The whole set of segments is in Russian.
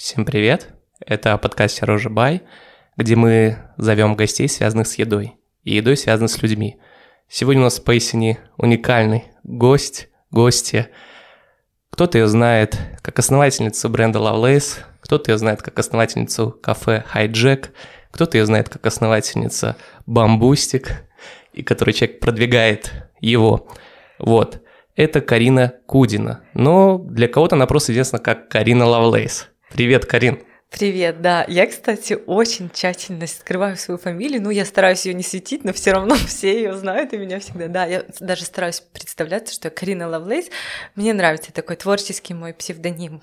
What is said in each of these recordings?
Всем привет! Это подкаст «Рожа Бай», где мы зовем гостей, связанных с едой, и едой, связанных с людьми. Сегодня у нас поистине уникальный гость, гостья. Кто-то ее знает как основательницу бренда Lovelace, кто-то ее знает как основательницу кафе Hijack, кто-то ее знает как основательница Бамбустик, и который человек продвигает его. Вот. Это Карина Кудина. Но для кого-то она просто известна как Карина Lovelace. Привет, Карин. Привет, да. Я, кстати, очень тщательно скрываю свою фамилию. Ну, я стараюсь ее не светить, но все равно все ее знают и меня всегда. Да, я даже стараюсь представляться, что я Карина Lovelace. Мне нравится такой творческий мой псевдоним.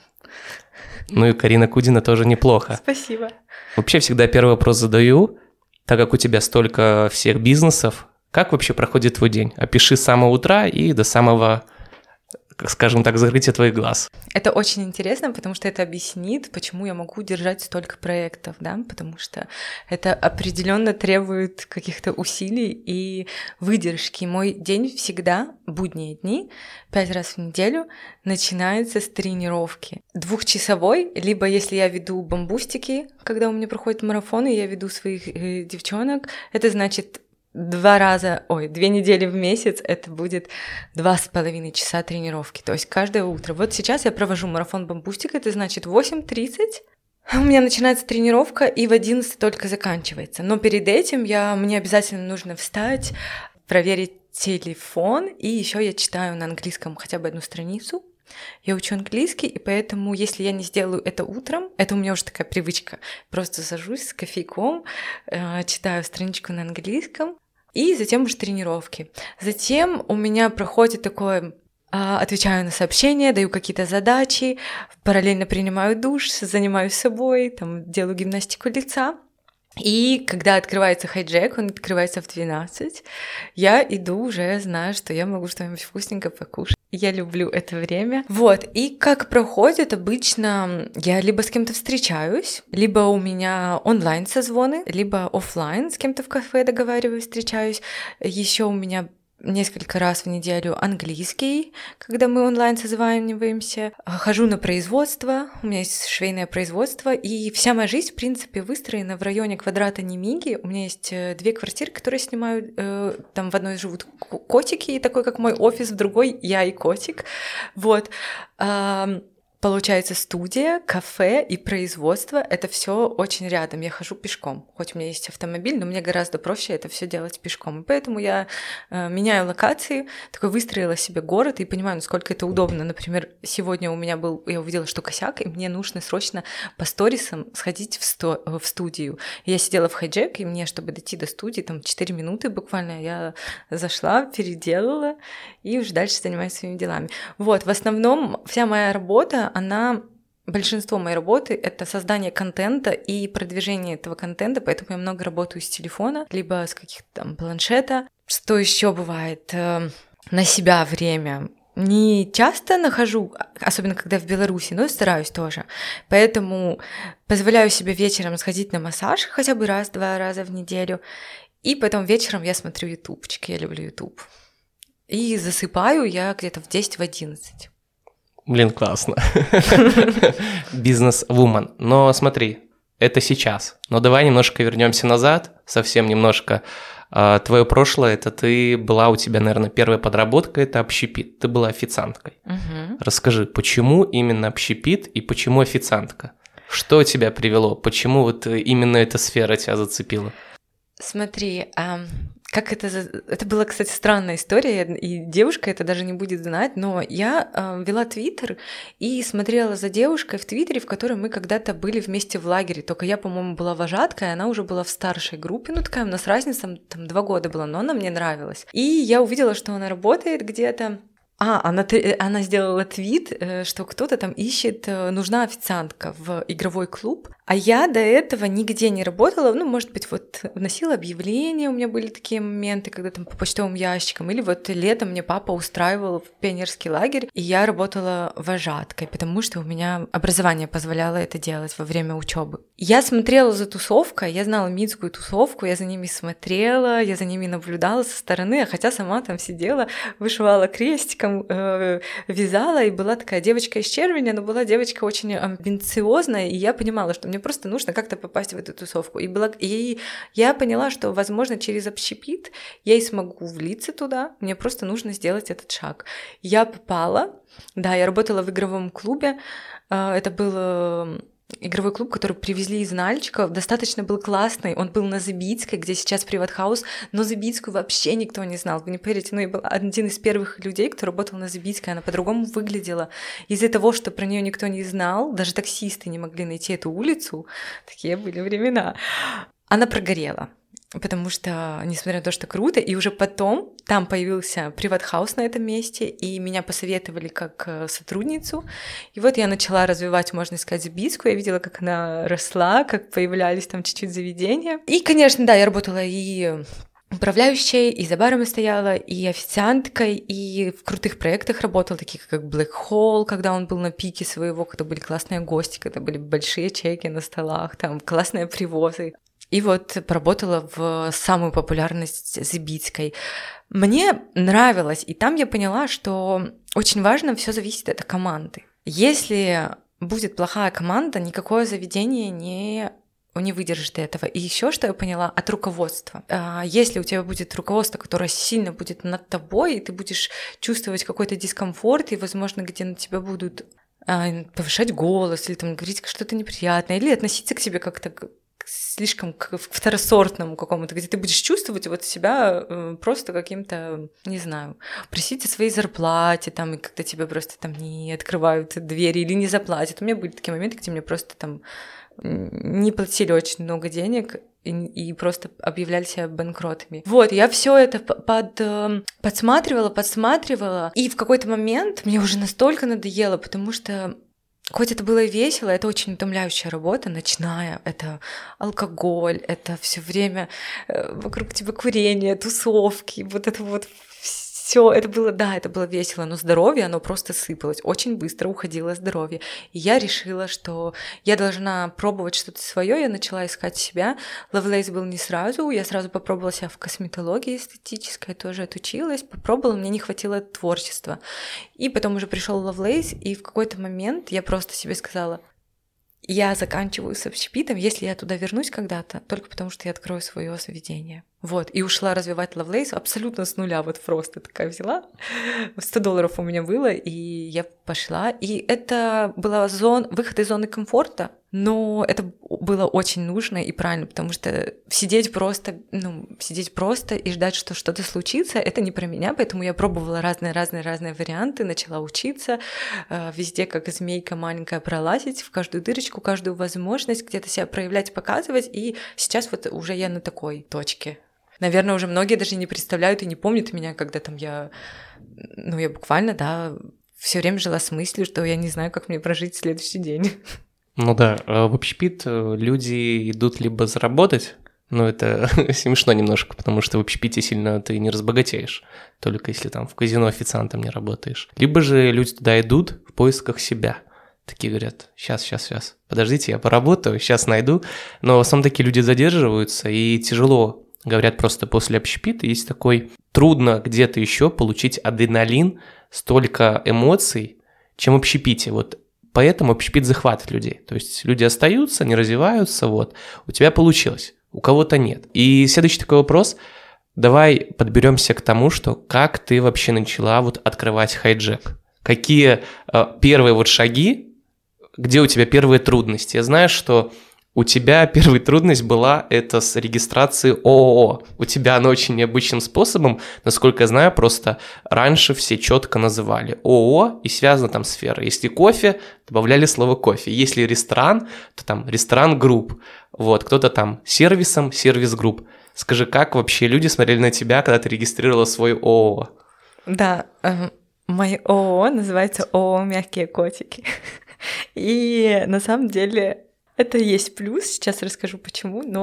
Ну и Карина Кудина тоже неплохо. Спасибо. Вообще всегда первый вопрос задаю, так как у тебя столько всех бизнесов, как вообще проходит твой день? Опиши с самого утра и до самого, скажем так, закрытия твоих глаз. Это очень интересно, потому что это объяснит, почему я могу держать столько проектов, да, потому что это определенно требует каких-то усилий и выдержки. Мой день всегда, будние дни, 5 раз в неделю, начинается с тренировки. 2-часовой, либо если я веду бамбустики, когда у меня проходят марафоны, я веду своих девчонок, это значит 2 недели в месяц это будет 2,5 часа тренировки, то есть каждое утро. Вот сейчас я провожу марафон бамбустика, это значит 8:30, у меня начинается тренировка и в 11 только заканчивается. Но перед этим мне обязательно нужно встать, проверить телефон, и еще я читаю на английском хотя бы 1 страницу. Я учу английский, и поэтому, если я не сделаю это утром, это у меня уже такая привычка, просто сажусь с кофейком, читаю страничку на английском, и затем уже тренировки. Затем у меня проходит такое, отвечаю на сообщения, даю какие-то задачи, параллельно принимаю душ, занимаюсь собой, там, делаю гимнастику лица. И когда открывается Hijack, он открывается в 12, я иду уже, знаю, что я могу что-нибудь вкусненько покушать. Я люблю это время. Вот, и как проходит, обычно я либо с кем-то встречаюсь, либо у меня онлайн-созвоны, либо офлайн с кем-то в кафе договариваюсь, встречаюсь. Еще у меня несколько раз в неделю английский, когда мы онлайн созваниваемся. Хожу на производство, у меня есть швейное производство, и вся моя жизнь, в принципе, выстроена в районе квадрата Немиги. У меня есть 2 квартиры, которые снимаю, там в одной живут котики, такой как мой офис, в другой я и котик. Вот. Получается, студия, кафе и производство — это все очень рядом. Я хожу пешком. Хоть у меня есть автомобиль, но мне гораздо проще это все делать пешком. И поэтому я меняю локации, такой выстроила себе город и понимаю, насколько это удобно. Например, сегодня у меня я увидела, что косяк, и мне нужно срочно по сторисам сходить в студию. И я сидела в Hijack, и мне, чтобы дойти до студии, там 4 минуты буквально, я зашла, переделала и уже дальше занимаюсь своими делами. Вот, в основном вся моя работа, большинство моей работы — это создание контента и продвижение этого контента, поэтому я много работаю с телефона, либо с каких-то там планшета. Что еще бывает? На себя время не часто нахожу, особенно когда в Беларуси, но стараюсь тоже. Поэтому позволяю себе вечером сходить на массаж хотя бы 1-2 раза в неделю, и потом вечером я смотрю ютубчик, я люблю ютуб. И засыпаю я где-то в 10-11. Блин, классно. Бизнес-вумен. Но смотри, это сейчас. Но давай немножко вернемся назад, совсем немножко. Твое прошлое, это у тебя, наверное, первая подработка, это общепит. Ты была официанткой. Угу. Расскажи, почему именно общепит и почему официантка? Что тебя привело? Почему вот именно эта сфера тебя зацепила? Смотри, как это была, кстати, странная история, и девушка это даже не будет знать, но я вела Твиттер и смотрела за девушкой в Твиттере, в которой мы когда-то были вместе в лагере, только я, по-моему, была вожаткой, она уже была в старшей группе, ну такая у нас разница, там 2 года была, но она мне нравилась. И я увидела, что она работает где-то. Она сделала твит, что кто-то там ищет, нужна официантка в игровой клуб. А я до этого нигде не работала, ну, может быть, вот носила объявления, у меня были такие моменты, когда там по почтовым ящикам, или вот летом мне папа устраивал в пионерский лагерь, и я работала вожаткой, потому что у меня образование позволяло это делать во время учебы. Я смотрела за тусовкой, я знала минскую тусовку, я за ними смотрела, я за ними наблюдала со стороны, хотя сама там сидела, вышивала крестиком, там вязала, и была такая девочка из Червеня, но была девочка очень амбициозная, и я понимала, что мне просто нужно как-то попасть в эту тусовку. И я поняла, что, возможно, через общепит я и смогу влиться туда, мне просто нужно сделать этот шаг. Я попала, да, я работала в игровом клубе, это был игровой клуб, который привезли из Нальчиков, достаточно был классный, он был на Забицкой, где сейчас Приват-хаус, но Забицкую вообще никто не знал, вы не поверите, я был один из первых людей, кто работал на Забицкой, она по-другому выглядела. Из-за того, что про нее никто не знал, даже таксисты не могли найти эту улицу, такие были времена, она прогорела. Потому что, несмотря на то, что круто, и уже потом там появился Приват-хаус на этом месте, и меня посоветовали как сотрудницу. И вот я начала развивать, можно сказать, Забицкую. Я видела, как она росла, как появлялись там чуть-чуть заведения. И, конечно, да, я работала и управляющей, и за баром стояла, и официанткой, и в крутых проектах работала, таких как Black Hole, когда он был на пике своего, когда были классные гости, когда были большие чеки на столах, там классные привозы. И вот поработала в самую популярность Забицкой. Мне нравилось, и там я поняла, что очень важно, все зависит от команды. Если будет плохая команда, никакое заведение не выдержит этого. И еще что я поняла от руководства. Если у тебя будет руководство, которое сильно будет над тобой, и ты будешь чувствовать какой-то дискомфорт, и, возможно, где на тебя будут повышать голос, или там говорить что-то неприятное, или относиться к себе как-то слишком к второсортному какому-то, где ты будешь чувствовать вот себя просто каким-то, не знаю, просить о своей зарплате, там, и когда тебе просто там не открывают двери или не заплатят. У меня были такие моменты, где мне просто там не платили очень много денег и просто объявляли себя банкротами. Вот, я все это подсматривала, и в какой-то момент мне уже настолько надоело, потому что хоть это было и весело, это очень утомляющая работа, ночная, это алкоголь, это все время вокруг тебя курение, тусовки, вот это вот все, это было весело, но здоровье, оно просто сыпалось, очень быстро уходило здоровье. И я решила, что я должна пробовать что-то свое, я начала искать себя. Lovelace был не сразу, я сразу попробовала себя в косметологии эстетической, тоже отучилась, попробовала, мне не хватило творчества. И потом уже пришел Lovelace, и в какой-то момент я просто себе сказала: я заканчиваю с общепитом, если я туда вернусь когда-то, только потому что я открою свое заведение. Вот, и ушла развивать Lovelace абсолютно с нуля, вот просто такая взяла. $100 у меня было, и я пошла. И это была выход из зоны комфорта, но это было очень нужно и правильно, потому что сидеть просто и ждать, что что-то случится, это не про меня, поэтому я пробовала разные варианты, начала учиться, везде как змейка маленькая пролазить, в каждую дырочку, каждую возможность где-то себя проявлять, показывать, и сейчас вот уже я на такой точке. Наверное, уже многие даже не представляют и не помнят меня, когда там я буквально, да, все время жила с мыслью, что я не знаю, как мне прожить следующий день. Ну да, в общепит люди идут либо заработать, но это смешно немножко, потому что в общепите сильно ты не разбогатеешь, только если там в казино официантом не работаешь. Либо же люди туда идут в поисках себя. Такие говорят: сейчас, подождите, я поработаю, сейчас найду. Но в основном такие люди задерживаются, и тяжело, говорят, просто после общепита есть такой, трудно где-то еще получить адреналин, столько эмоций, чем в общепите. Вот поэтому общепит захватывает людей. То есть люди остаются, не развиваются, вот. У тебя получилось, у кого-то нет. И следующий такой вопрос. Давай подберемся к тому, что как ты вообще начала вот открывать хайджек? Какие первые вот шаги, где у тебя первые трудности? Я знаю, что у тебя первая трудность была это с регистрацией ООО. У тебя она очень необычным способом, насколько я знаю, просто раньше все четко называли ООО и связана там сфера. Если кофе, добавляли слово кофе. Если ресторан, то там ресторан-групп. Вот, кто-то там сервисом, сервис-групп. Скажи, как вообще люди смотрели на тебя, когда ты регистрировала свой ООО? Да, мое ООО называется ООО «Мягкие котики». И на самом деле это есть плюс, сейчас расскажу почему, но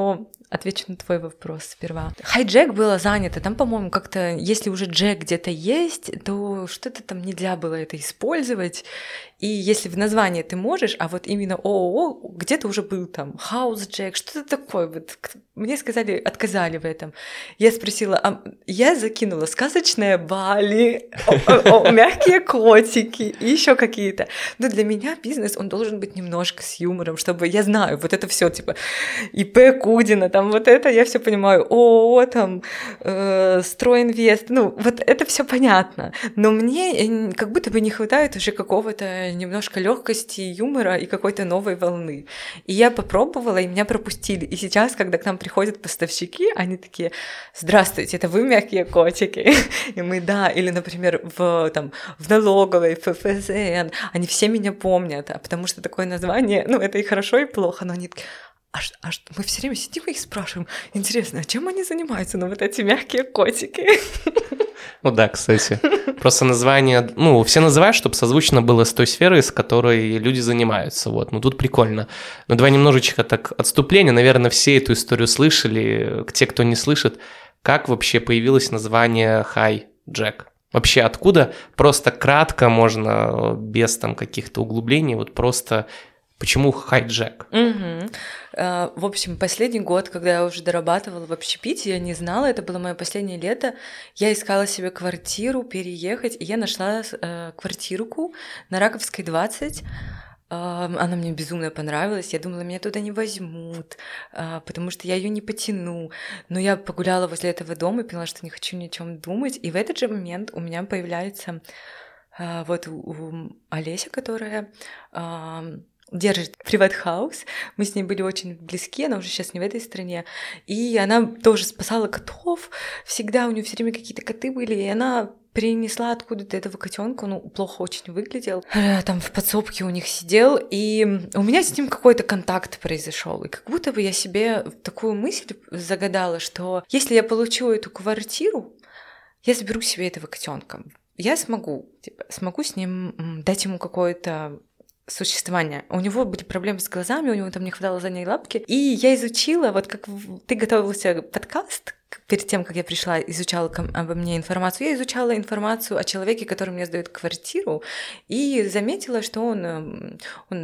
отвечу на твой вопрос сперва. Хайджек было занято, там, по-моему, как-то, если уже джек где-то есть, то что-то там нельзя было это использовать. И если в названии ты можешь, а вот именно ООО где-то уже был там House Jack, что-то такое. Вот мне сказали, отказали в этом. Я спросила, я закинула сказочное Бали, мягкие котики и еще какие-то. Но для меня бизнес, он должен быть немножко с юмором, чтобы я знаю, вот это все типа ИП Кудина, там вот это я все понимаю, ООО, там Стройинвест, ну вот это все понятно. Но мне как будто бы не хватает уже какого-то немножко легкости, юмора и какой-то новой волны. И я попробовала, и меня пропустили. И сейчас, когда к нам приходят поставщики, они такие: здравствуйте, это вы мягкие котики? И мы, да. Или, например, в налоговой, в ФФЗН, они все меня помнят, потому что такое название, ну, это и хорошо, и плохо, но они такие: мы все время сидим и их спрашиваем, интересно, а чем они занимаются, ну, вот эти мягкие котики? Ну да, кстати. Просто название, ну, все называют, чтобы созвучно было с той сферой, с которой люди занимаются, вот. Ну, тут прикольно. Но давай немножечко так отступление. Наверное, все эту историю слышали. Те, кто не слышит, как вообще появилось название Хайджек? Вообще откуда? Просто кратко можно, без там каких-то углублений, вот просто... Почему Хайджек? В общем, последний год, когда я уже дорабатывала в общепите, я не знала, это было мое последнее лето, я искала себе квартиру, переехать, и я нашла квартирку на Раковской 20. Она мне безумно понравилась, я думала, меня туда не возьмут, потому что я ее не потяну. Но я погуляла возле этого дома и поняла, что не хочу ни о чем думать, и в этот же момент у меня появляется вот у Олеся, которая... держит приват-хаус, мы с ней были очень близки, она уже сейчас не в этой стране, и она тоже спасала котов, всегда у нее все время какие-то коты были, и она принесла откуда-то этого котенка, ну, плохо очень выглядел, там в подсобке у них сидел, и у меня с ним какой-то контакт произошел, и как будто бы я себе такую мысль загадала, что если я получу эту квартиру, я заберу себе этого котенка, я смогу с ним дать ему какое-то существования. У него были проблемы с глазами, у него там не хватало задней лапки. И я изучила, вот как ты готовился подкаст, перед тем, как я пришла, изучала обо мне информацию, я изучала информацию о человеке, который мне сдаёт квартиру, и заметила, что он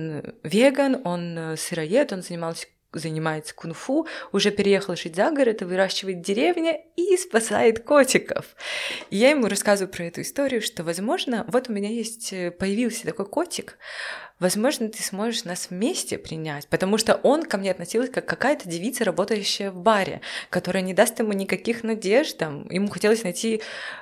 веган, он сыроед, он занимается кунг-фу, уже переехал жить за город, выращивает деревня и спасает котиков. И я ему рассказываю про эту историю, что, возможно, вот у меня появился такой котик, возможно, ты сможешь нас вместе принять, потому что он ко мне относился как какая-то девица, работающая в баре, которая не даст ему никаких надежд, там, ему хотелось найти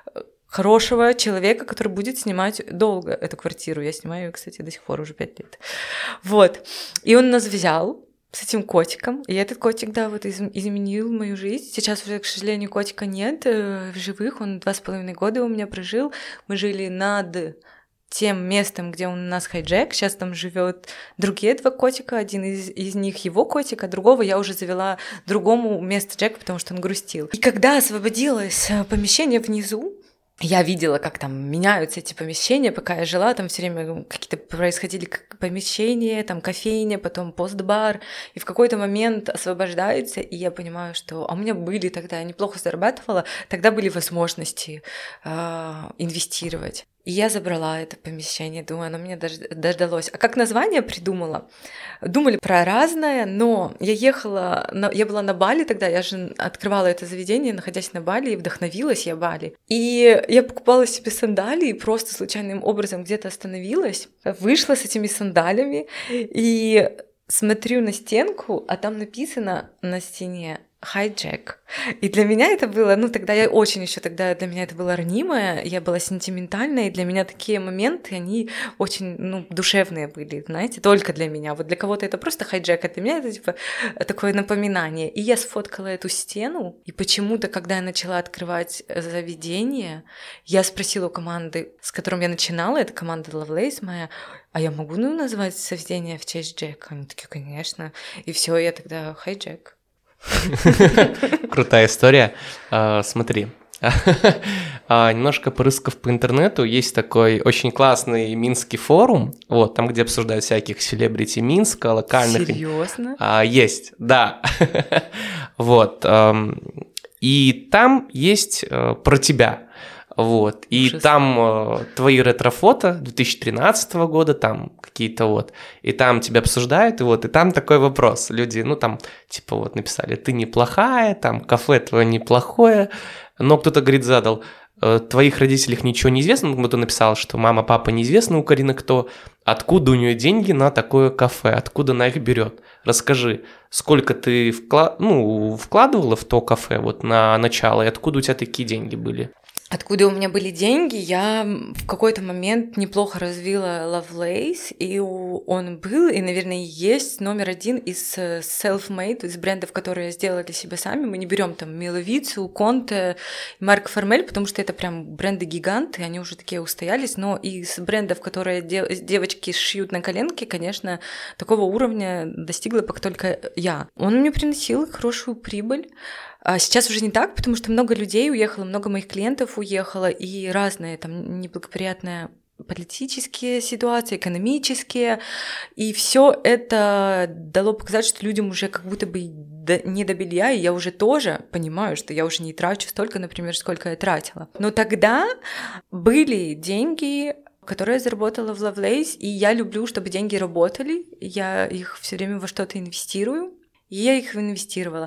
хорошего человека, который будет снимать долго эту квартиру. Я снимаю ее, кстати, до сих пор уже 5 лет. Вот. И он нас взял с этим котиком, и этот котик, да, вот изменил мою жизнь. Сейчас уже, к сожалению, котика нет в живых, он 2,5 года у меня прожил. Мы жили над тем местом, где у нас Хайджек. Сейчас там живет другие 2 котика, один из них его котик, а другого я уже завела другому вместо Джека, потому что он грустил. И когда освободилось помещение внизу, я видела, как там меняются эти помещения, пока я жила, там все время какие-то происходили помещения, там кофейня, потом постбар, и в какой-то момент освобождается, и я понимаю, что... А у меня были тогда, я неплохо зарабатывала, тогда были возможности инвестировать. И я забрала это помещение, думаю, оно мне дождалось. А как название придумала? Думали про разное, но я была на Бали тогда, я же открывала это заведение, находясь на Бали, и вдохновилась я Бали. И я покупала себе сандалии, и просто случайным образом где-то остановилась, вышла с этими сандалиями и смотрю на стенку, а там написано на стене Хайджек. И для меня это было, тогда я очень еще тогда для меня это было ранимое, я была сентиментальная, и для меня такие моменты, они очень, душевные были, знаете, только для меня. Вот для кого-то это просто хайджек, а для меня это типа такое напоминание. И я сфоткала эту стену, и почему-то, когда я начала открывать заведение, я спросила у команды, с которым я начинала, это команда Lovelace моя, а я могу назвать заведение в честь Джека? Они такие, конечно. И все, я тогда хайджек. Крутая история. Смотри, Немножко порыскав по интернету, есть такой очень классный минский форум, вот, там, где обсуждают всяких селебрити Минска, локальных. Серьезно? Есть, да. Вот. И там есть про тебя. Вот. И Ужас. там твои ретро-фото 2013 года, там какие-то вот. И там тебя обсуждают, и вот, и там такой вопрос. Люди, ну, там, типа, вот написали, ты неплохая, там, кафе твое неплохое. Но кто-то, говорит, задал, твоих родителях ничего не известно, ну, кто-то написал, что мама, папа неизвестно у Карины кто, откуда у нее деньги на такое кафе, откуда она их берет. Расскажи, сколько ты вкладывала в то кафе вот на начало, и откуда у тебя такие деньги были? Откуда у меня были деньги, я в какой-то момент неплохо развила Lovelace, и он был, и, наверное, есть номер один из self-made, из брендов, которые я сделала для себя сами. Мы не берем там Миловицу, Конте, Марк Формель, потому что это прям бренды-гиганты, они уже такие устоялись, но из брендов, которые девочки шьют на коленке, конечно, такого уровня достигла пока только я. Он мне приносил хорошую прибыль. А сейчас уже не так, потому что много людей уехало, много моих клиентов уехало, и разные там неблагоприятные политические ситуации, экономические, и все это дало показать, что людям уже как будто бы не до белья, и я уже тоже понимаю, что я уже не трачу столько, например, сколько я тратила. Но тогда были деньги, которые я заработала в Lovelace, и я люблю, чтобы деньги работали, я их все время во что-то инвестирую. Я их инвестировала.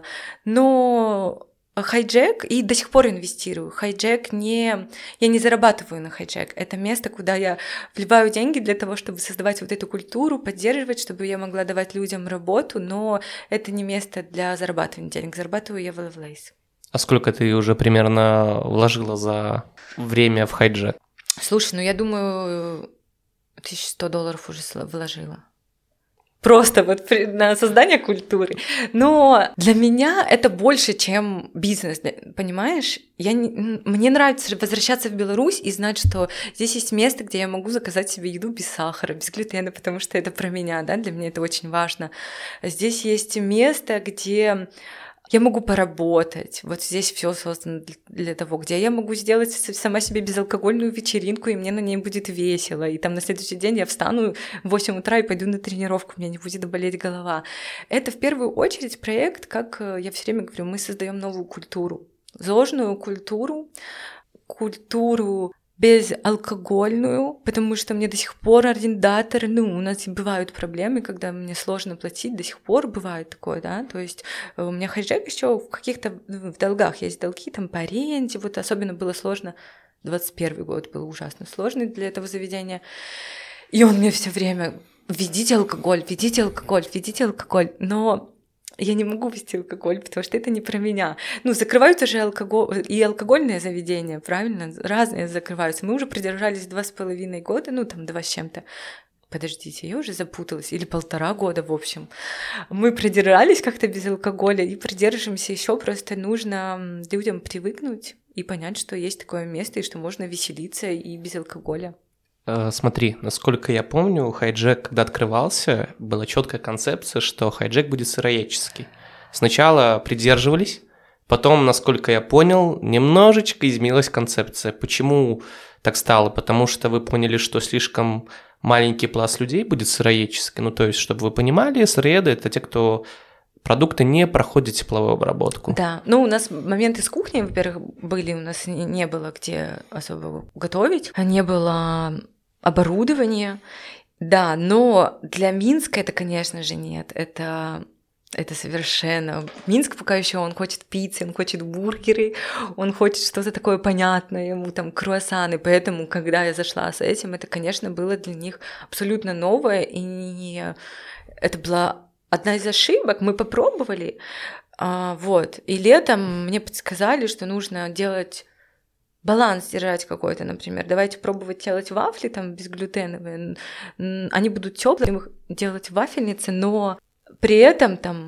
Но Hijack, и до сих пор инвестирую. Hijack я не зарабатываю на Hijack. Это место, куда я вливаю деньги для того, чтобы создавать вот эту культуру, поддерживать, чтобы я могла давать людям работу, но это не место для зарабатывания денег. Зарабатываю я в Lovelace. А сколько ты уже примерно вложила за время в Hijack? Слушай, я думаю, $1100 уже вложила. Просто вот на создание культуры. Но для меня это больше, чем бизнес, понимаешь? Мне нравится возвращаться в Беларусь и знать, что здесь есть место, где я могу заказать себе еду без сахара, без глютена, потому что это про меня, да, для меня это очень важно. Здесь есть место, где я могу поработать. Вот здесь все создано для того, где я могу сделать сама себе безалкогольную вечеринку, и мне на ней будет весело. И там на следующий день я встану в 8 утра и пойду на тренировку, мне не будет болеть голова. Это в первую очередь проект, как я все время говорю, мы создаем новую культуру. Зожную культуру безалкогольную, потому что мне до сих пор арендатор, у нас бывают проблемы, когда мне сложно платить, до сих пор бывает такое, да, то есть у меня Hijack еще в каких-то в долгах, есть долги там по аренде, вот особенно было сложно, 21 год был ужасно сложный для этого заведения, и он мне все время введите алкоголь, но я не могу вести алкоголь, потому что это не про меня. Закрываются же алкогольные заведения, правильно? Разные закрываются. Мы уже продержались 2,5 года, 2 с чем-то. Подождите, я уже запуталась. Или 1,5 года, в общем. Мы продержались как-то без алкоголя и продержимся еще. Просто нужно людям привыкнуть и понять, что есть такое место, и что можно веселиться и без алкоголя. Смотри, насколько я помню, Hijack, когда открывался, была четкая концепция, что Hijack будет сыроедческий. Сначала придерживались, потом, насколько я понял, немножечко изменилась концепция. Почему так стало? Потому что вы поняли, что слишком маленький пласт людей будет сыроедческий. То есть, чтобы вы понимали, сыроеды – это те, кто продукты не проходят тепловую обработку. Да, у нас моменты с кухней, во-первых, были, у нас не было где особо готовить, не было оборудования, да, но для Минска это, конечно же, нет, это совершенно... Минск пока еще он хочет пиццы, он хочет бургеры, он хочет что-то такое понятное, ему там круассаны, поэтому, когда я зашла с этим, это, конечно, было для них абсолютно новое, и это была одна из ошибок, мы попробовали, и летом мне подсказали, что нужно делать баланс держать какой-то, например. Давайте пробовать делать вафли там безглютеновые. Они будут тёплые, делать в вафельнице, но при этом там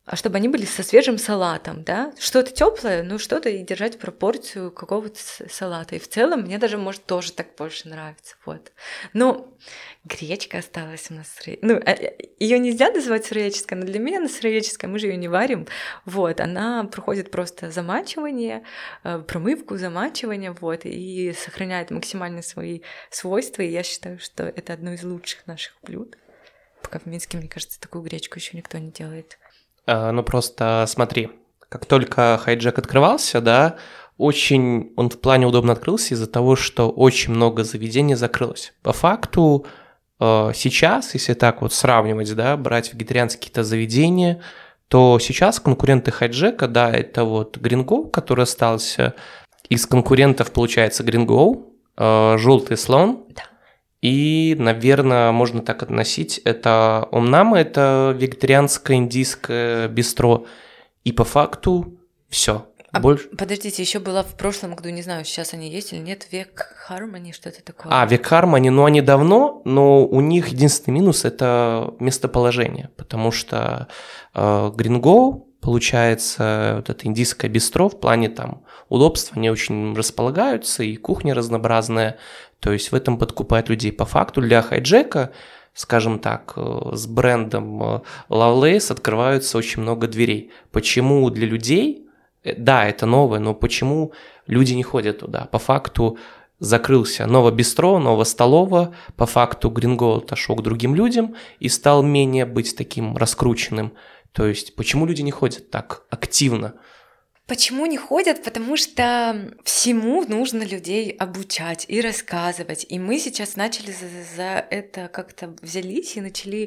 а чтобы они были со свежим салатом, да, что-то теплое, ну что-то и держать пропорцию какого-то салата. И в целом мне даже может тоже так больше нравится, вот. Но гречка осталась у нас, ну ее нельзя называть сыроедческой, но для меня она сыроедческая, мы же ее не варим, вот. Она проходит просто замачивание, промывку, замачивание, вот, и сохраняет максимально свои свойства. И я считаю, что это одно из лучших наших блюд. Пока в Минске, мне кажется, такую гречку еще никто не делает. Ну просто смотри, как только хайджек открывался, да, очень он в плане удобно открылся из-за того, что очень много заведений закрылось. По факту сейчас, если так вот сравнивать, да, брать вегетарианские какие-то заведения, то сейчас конкуренты хайджека, да, это вот Green Go, который остался. Из конкурентов получается Green Go, Желтый слон. Да. И, наверное, можно так относить, это Омнама, это вегетарианское индийское бистро. И по факту все. Больше... Подождите, еще была в прошлом году, не знаю, сейчас они есть или нет, Век Хармони, что-то такое. Век Хармони, ну они давно, но у них единственный минус – это местоположение, потому что Green Go, получается, вот это индийское бистро в плане там удобства, они очень располагаются, и кухня разнообразная, то есть в этом подкупает людей. По факту для хайджека, скажем так, с брендом Lovelace открываются очень много дверей. Почему для людей? Да, это новое, но почему люди не ходят туда? По факту закрылся новое бистро, новое столово, по факту Green Go отошел к другим людям и стал менее быть таким раскрученным. То есть почему люди не ходят так активно? Почему не ходят? Потому что всему нужно людей обучать и рассказывать. И мы сейчас начали за это как-то взялись и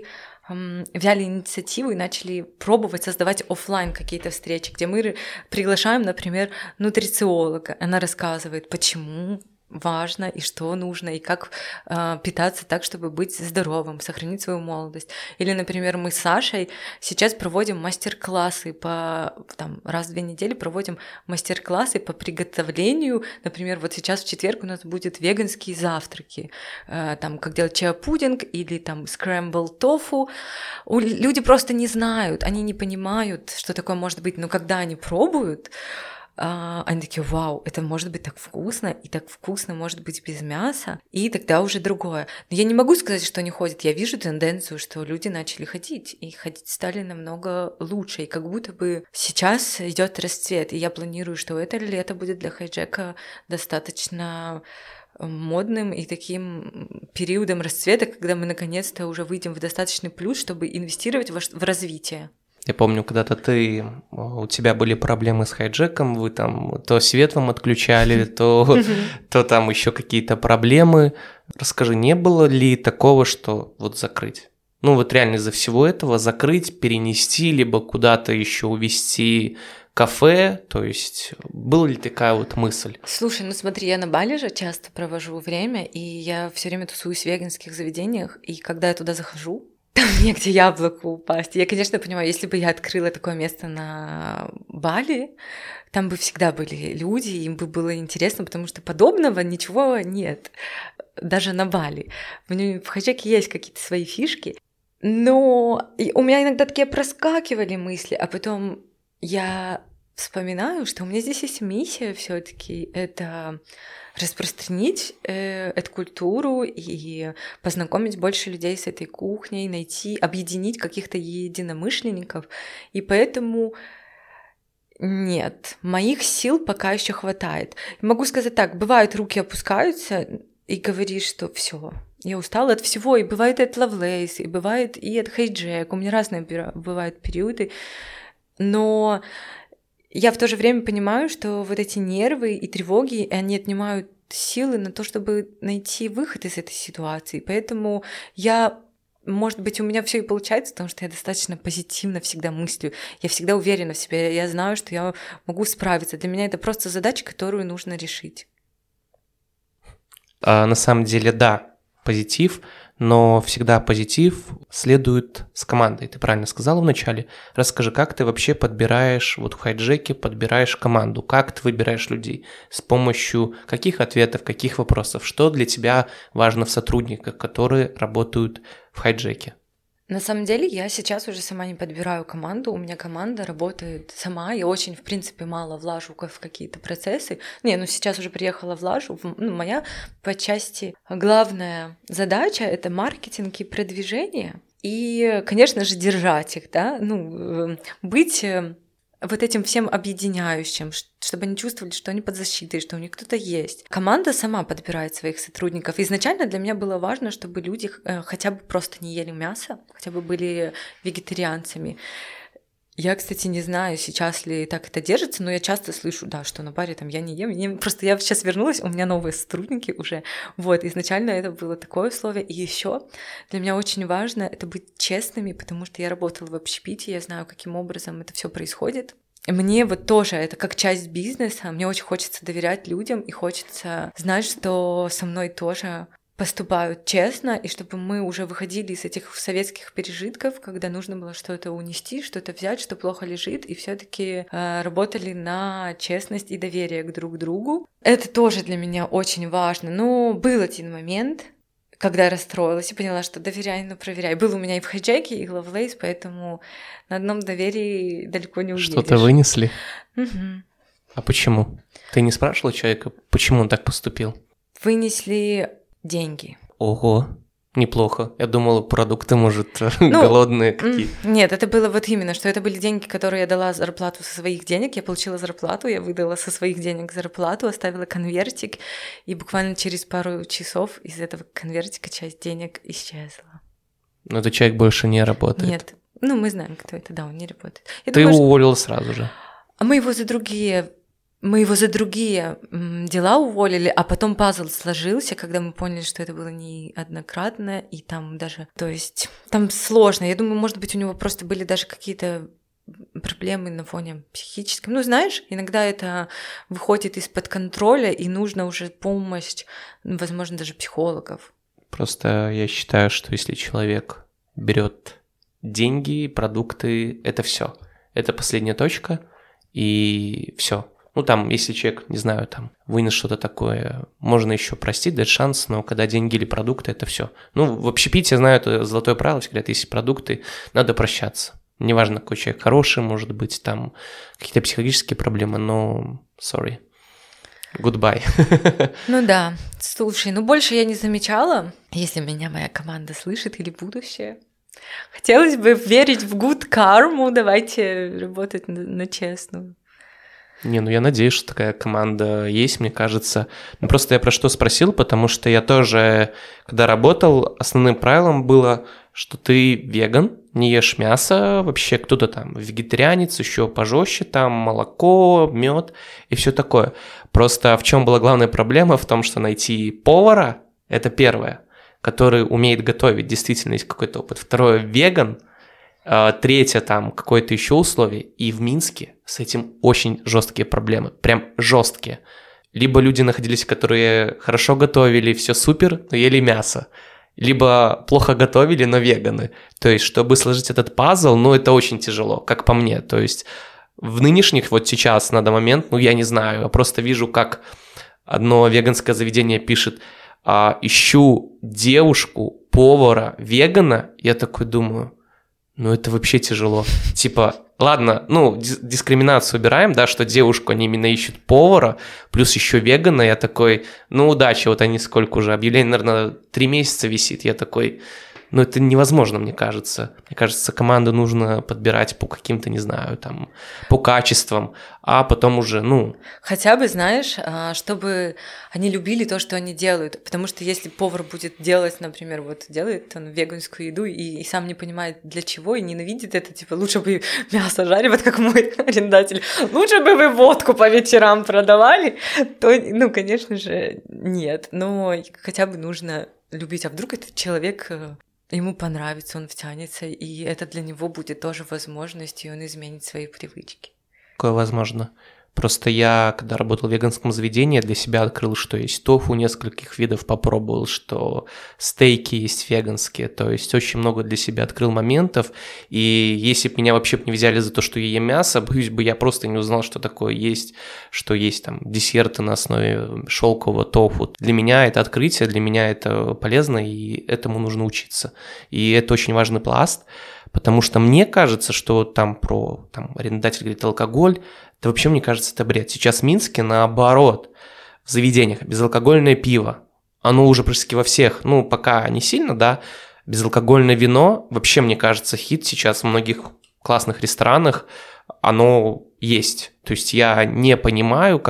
взяли инициативу и начали пробовать создавать офлайн какие-то встречи, где мы приглашаем, например, нутрициолога. Она рассказывает, почему важно и что нужно, и как питаться так, чтобы быть здоровым, сохранить свою молодость. Или, например, мы с Сашей сейчас проводим мастер-классы раз в 2 недели проводим мастер-классы по приготовлению. Например, вот сейчас в четверг у нас будет веганские завтраки, как делать чиа-пудинг или скрэмбл тофу. Люди просто не знают, они не понимают, что такое может быть, но когда они пробуют, они такие: вау, это может быть так вкусно, и так вкусно может быть без мяса, и тогда уже другое. Но я не могу сказать, что они ходят, я вижу тенденцию, что люди начали ходить, и ходить стали намного лучше, и как будто бы сейчас идет расцвет, и я планирую, что это лето будет для хайджека достаточно модным и таким периодом расцвета, когда мы наконец-то уже выйдем в достаточный плюс, чтобы инвестировать в развитие. Я помню, когда-то у тебя были проблемы с хайджеком, вы там то свет вам отключали, то там еще какие-то проблемы. Расскажи, не было ли такого, что вот закрыть? Ну вот реально из-за всего этого закрыть, перенести, либо куда-то еще увезти кафе, то есть была ли такая вот мысль? Слушай, ну смотри, я на Бали же часто провожу время, и я все время тусуюсь в веганских заведениях, и когда я туда захожу, там негде яблоку упасть. Я, конечно, понимаю, если бы я открыла такое место на Бали, там бы всегда были люди, им бы было интересно, потому что подобного ничего нет, даже на Бали. В хайджеке есть какие-то свои фишки, но у меня иногда такие проскакивали мысли, а потом я вспоминаю, что у меня здесь есть миссия все-таки, это распространить эту культуру и познакомить больше людей с этой кухней, объединить каких-то единомышленников. И поэтому нет, моих сил пока еще хватает. Могу сказать так, бывает, руки опускаются, и говоришь, что все, я устала от всего, и бывает от Lovelace, и бывает и от хайджек, у меня разные бывают периоды, но я в то же время понимаю, что вот эти нервы и тревоги, они отнимают силы на то, чтобы найти выход из этой ситуации. Поэтому может быть, у меня все и получается, потому что я достаточно позитивно всегда мыслю. Я всегда уверена в себе, я знаю, что я могу справиться. Для меня это просто задача, которую нужно решить. На самом деле, да, позитив, но всегда позитив следует с командой. Ты правильно сказала вначале. Расскажи, как ты вообще подбираешь, вот в хайджеке подбираешь команду, как ты выбираешь людей, с помощью каких ответов, каких вопросов, что для тебя важно в сотрудниках, которые работают в хайджеке? На самом деле я сейчас уже сама не подбираю команду, у меня команда работает сама, я очень, в принципе, мало влажу в какие-то процессы. Сейчас уже приехала влажу, моя по части главная задача — это маркетинг и продвижение, и, конечно же, держать их, да, быть вот этим всем объединяющим, чтобы они чувствовали, что они под защитой, что у них кто-то есть. Команда сама подбирает своих сотрудников. Изначально для меня было важно, чтобы люди хотя бы просто не ели мясо, хотя бы были вегетарианцами. Я, кстати, не знаю, сейчас ли так это держится, но я часто слышу, да, что на баре там я не ем. Просто я сейчас вернулась, у меня новые сотрудники уже. Вот, изначально это было такое условие. И еще для меня очень важно это быть честными, потому что я работала в общепите, я знаю, каким образом это все происходит. Мне вот тоже это как часть бизнеса, мне очень хочется доверять людям и хочется знать, что со мной тоже поступают честно, и чтобы мы уже выходили из этих советских пережитков, когда нужно было что-то унести, что-то взять, что плохо лежит, и все-таки работали на честность и доверие друг к другу. Это тоже для меня очень важно. Но был один момент, когда я расстроилась и поняла, что доверяй, но проверяй. Был у меня и в хайджеке, и Lovelace, поэтому на одном доверии далеко не уедешь. Что-то вынесли? Угу. А почему? Ты не спрашивала человека, почему он так поступил? Вынесли деньги. Ого, неплохо. Я думала, продукты, может, голодные какие-то. Нет, это было вот именно, что это были деньги, которые я дала зарплату со своих денег. Я получила зарплату, я выдала со своих денег зарплату, оставила конвертик, и буквально через пару часов из этого конвертика часть денег исчезла. Но этот человек больше не работает. Нет. Мы знаем, кто это, да, он не работает. Ты его уволила сразу же? А мы его за другие дела уволили, а потом пазл сложился, когда мы поняли, что это было неоднократно, и там даже... То есть там сложно. Я думаю, может быть, у него просто были даже какие-то проблемы на фоне психическом. Знаешь, иногда это выходит из-под контроля, и нужно уже помощь, возможно, даже психологов. Просто я считаю, что если человек берет деньги, продукты, это все. Это последняя точка, и все. Если человек, не знаю, вынес что-то такое, можно еще простить, дать шанс, но когда деньги или продукты, это все. В общепите, я знаю, это золотое правило, все говорят, если продукты, надо прощаться. Неважно, какой человек хороший, может быть, какие-то психологические проблемы, но sorry. Goodbye. Да, слушай, больше я не замечала, если меня моя команда слышит или будущее. Хотелось бы верить в good karma, давайте работать на честную. Я надеюсь, что такая команда есть, мне кажется. Просто я про что спросил, потому что я тоже, когда работал, основным правилом было, что ты веган, не ешь мясо, вообще кто-то вегетарианец, еще пожестче, молоко, мед и все такое. Просто в чем была главная проблема? В том, что найти повара – это первое, который умеет готовить, действительно есть какой-то опыт. Второе – веган. Третье, какое-то еще условие, и в Минске с этим очень жесткие проблемы, прям жесткие. Либо люди находились, которые хорошо готовили, все супер, но ели мясо, либо плохо готовили, но веганы. То есть, чтобы сложить этот пазл, это очень тяжело, как по мне. То есть, в нынешних, сейчас, на данный момент, я не знаю, я просто вижу, как одно веганское заведение пишет, ищу девушку, повара, вегана, я такой думаю... это вообще тяжело. Ладно, дискриминацию убираем, да, что девушку они именно ищут повара, плюс еще вегана, я такой, удачи, они сколько уже, объявление, наверное, 3 месяца висит, я такой, это невозможно, мне кажется. Мне кажется, команду нужно подбирать по каким-то, не знаю, по качествам, а потом уже, Хотя бы, знаешь, чтобы они любили то, что они делают, потому что если повар будет делать, например, делает он веганскую еду и сам не понимает для чего и ненавидит это, лучше бы мясо жарили, как мой арендатель, лучше бы вы водку по вечерам продавали, то, конечно же, нет, но хотя бы нужно любить, а вдруг этот человек... Ему понравится, он втянется, и это для него будет тоже возможностью, и он изменит свои привычки. Такое возможно. Просто я, когда работал в веганском заведении, для себя открыл, что есть тофу нескольких видов, попробовал, что стейки есть веганские, то есть очень много для себя открыл моментов, и если бы меня вообще не взяли за то, что я ем мясо, боюсь бы, я просто не узнал, что такое есть, что есть там десерты на основе шелкового тофу. Для меня это открытие, для меня это полезно, и этому нужно учиться. И это очень важный пласт, потому что мне кажется, что арендодатель говорит алкоголь, это вообще, мне кажется, это бред. Сейчас в Минске, наоборот, в заведениях безалкогольное пиво, оно уже практически во всех, пока не сильно, да, безалкогольное вино, вообще, мне кажется, хит сейчас в многих классных ресторанах, оно есть. То есть я не понимаю,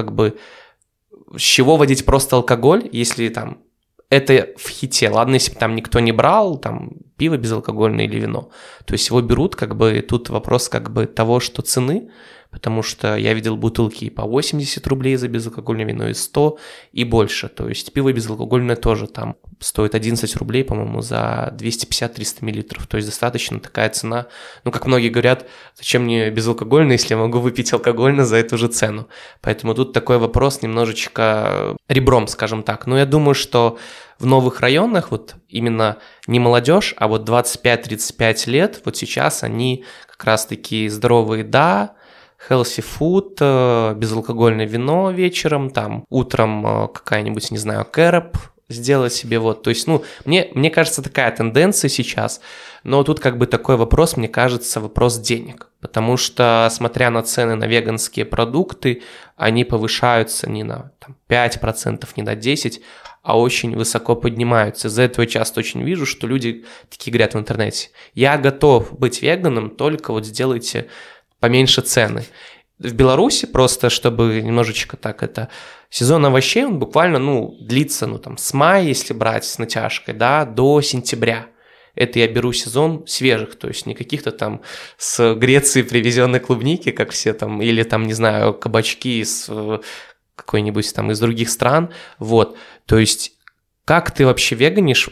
с чего водить просто алкоголь, если там это в хите. Ладно, если бы там никто не брал, пиво безалкогольное или вино. То есть его берут, тут вопрос того, что цены, потому что я видел бутылки и по 80 рублей за безалкогольное вино, и 100, и больше. То есть пиво безалкогольное тоже там стоит 11 рублей, по-моему, за 250-300 миллилитров. То есть достаточно такая цена. Как многие говорят, зачем мне безалкогольное, если я могу выпить алкогольное за эту же цену. Поэтому тут такой вопрос немножечко ребром, скажем так. Но я думаю, что в новых районах именно не молодежь, а 25-35 лет, сейчас они как раз-таки здоровые, да, healthy food, безалкогольное вино вечером, утром какая-нибудь, не знаю, кэроп сделать себе, То есть, мне кажется, такая тенденция сейчас, но тут такой вопрос, мне кажется, вопрос денег, потому что, смотря на цены на веганские продукты, они повышаются не на 5%, не на 10%, а очень высоко поднимаются. Из-за этого я часто очень вижу, что люди такие говорят в интернете: я готов быть веганом, только сделайте поменьше цены. В Беларуси просто, чтобы немножечко сезон овощей, он буквально, длится, с мая, если брать с натяжкой, да, до сентября. Это я беру сезон свежих, то есть не каких-то с Греции привезенной клубники, как все или не знаю, кабачки из какой-нибудь из других стран, То есть как ты вообще веганишь,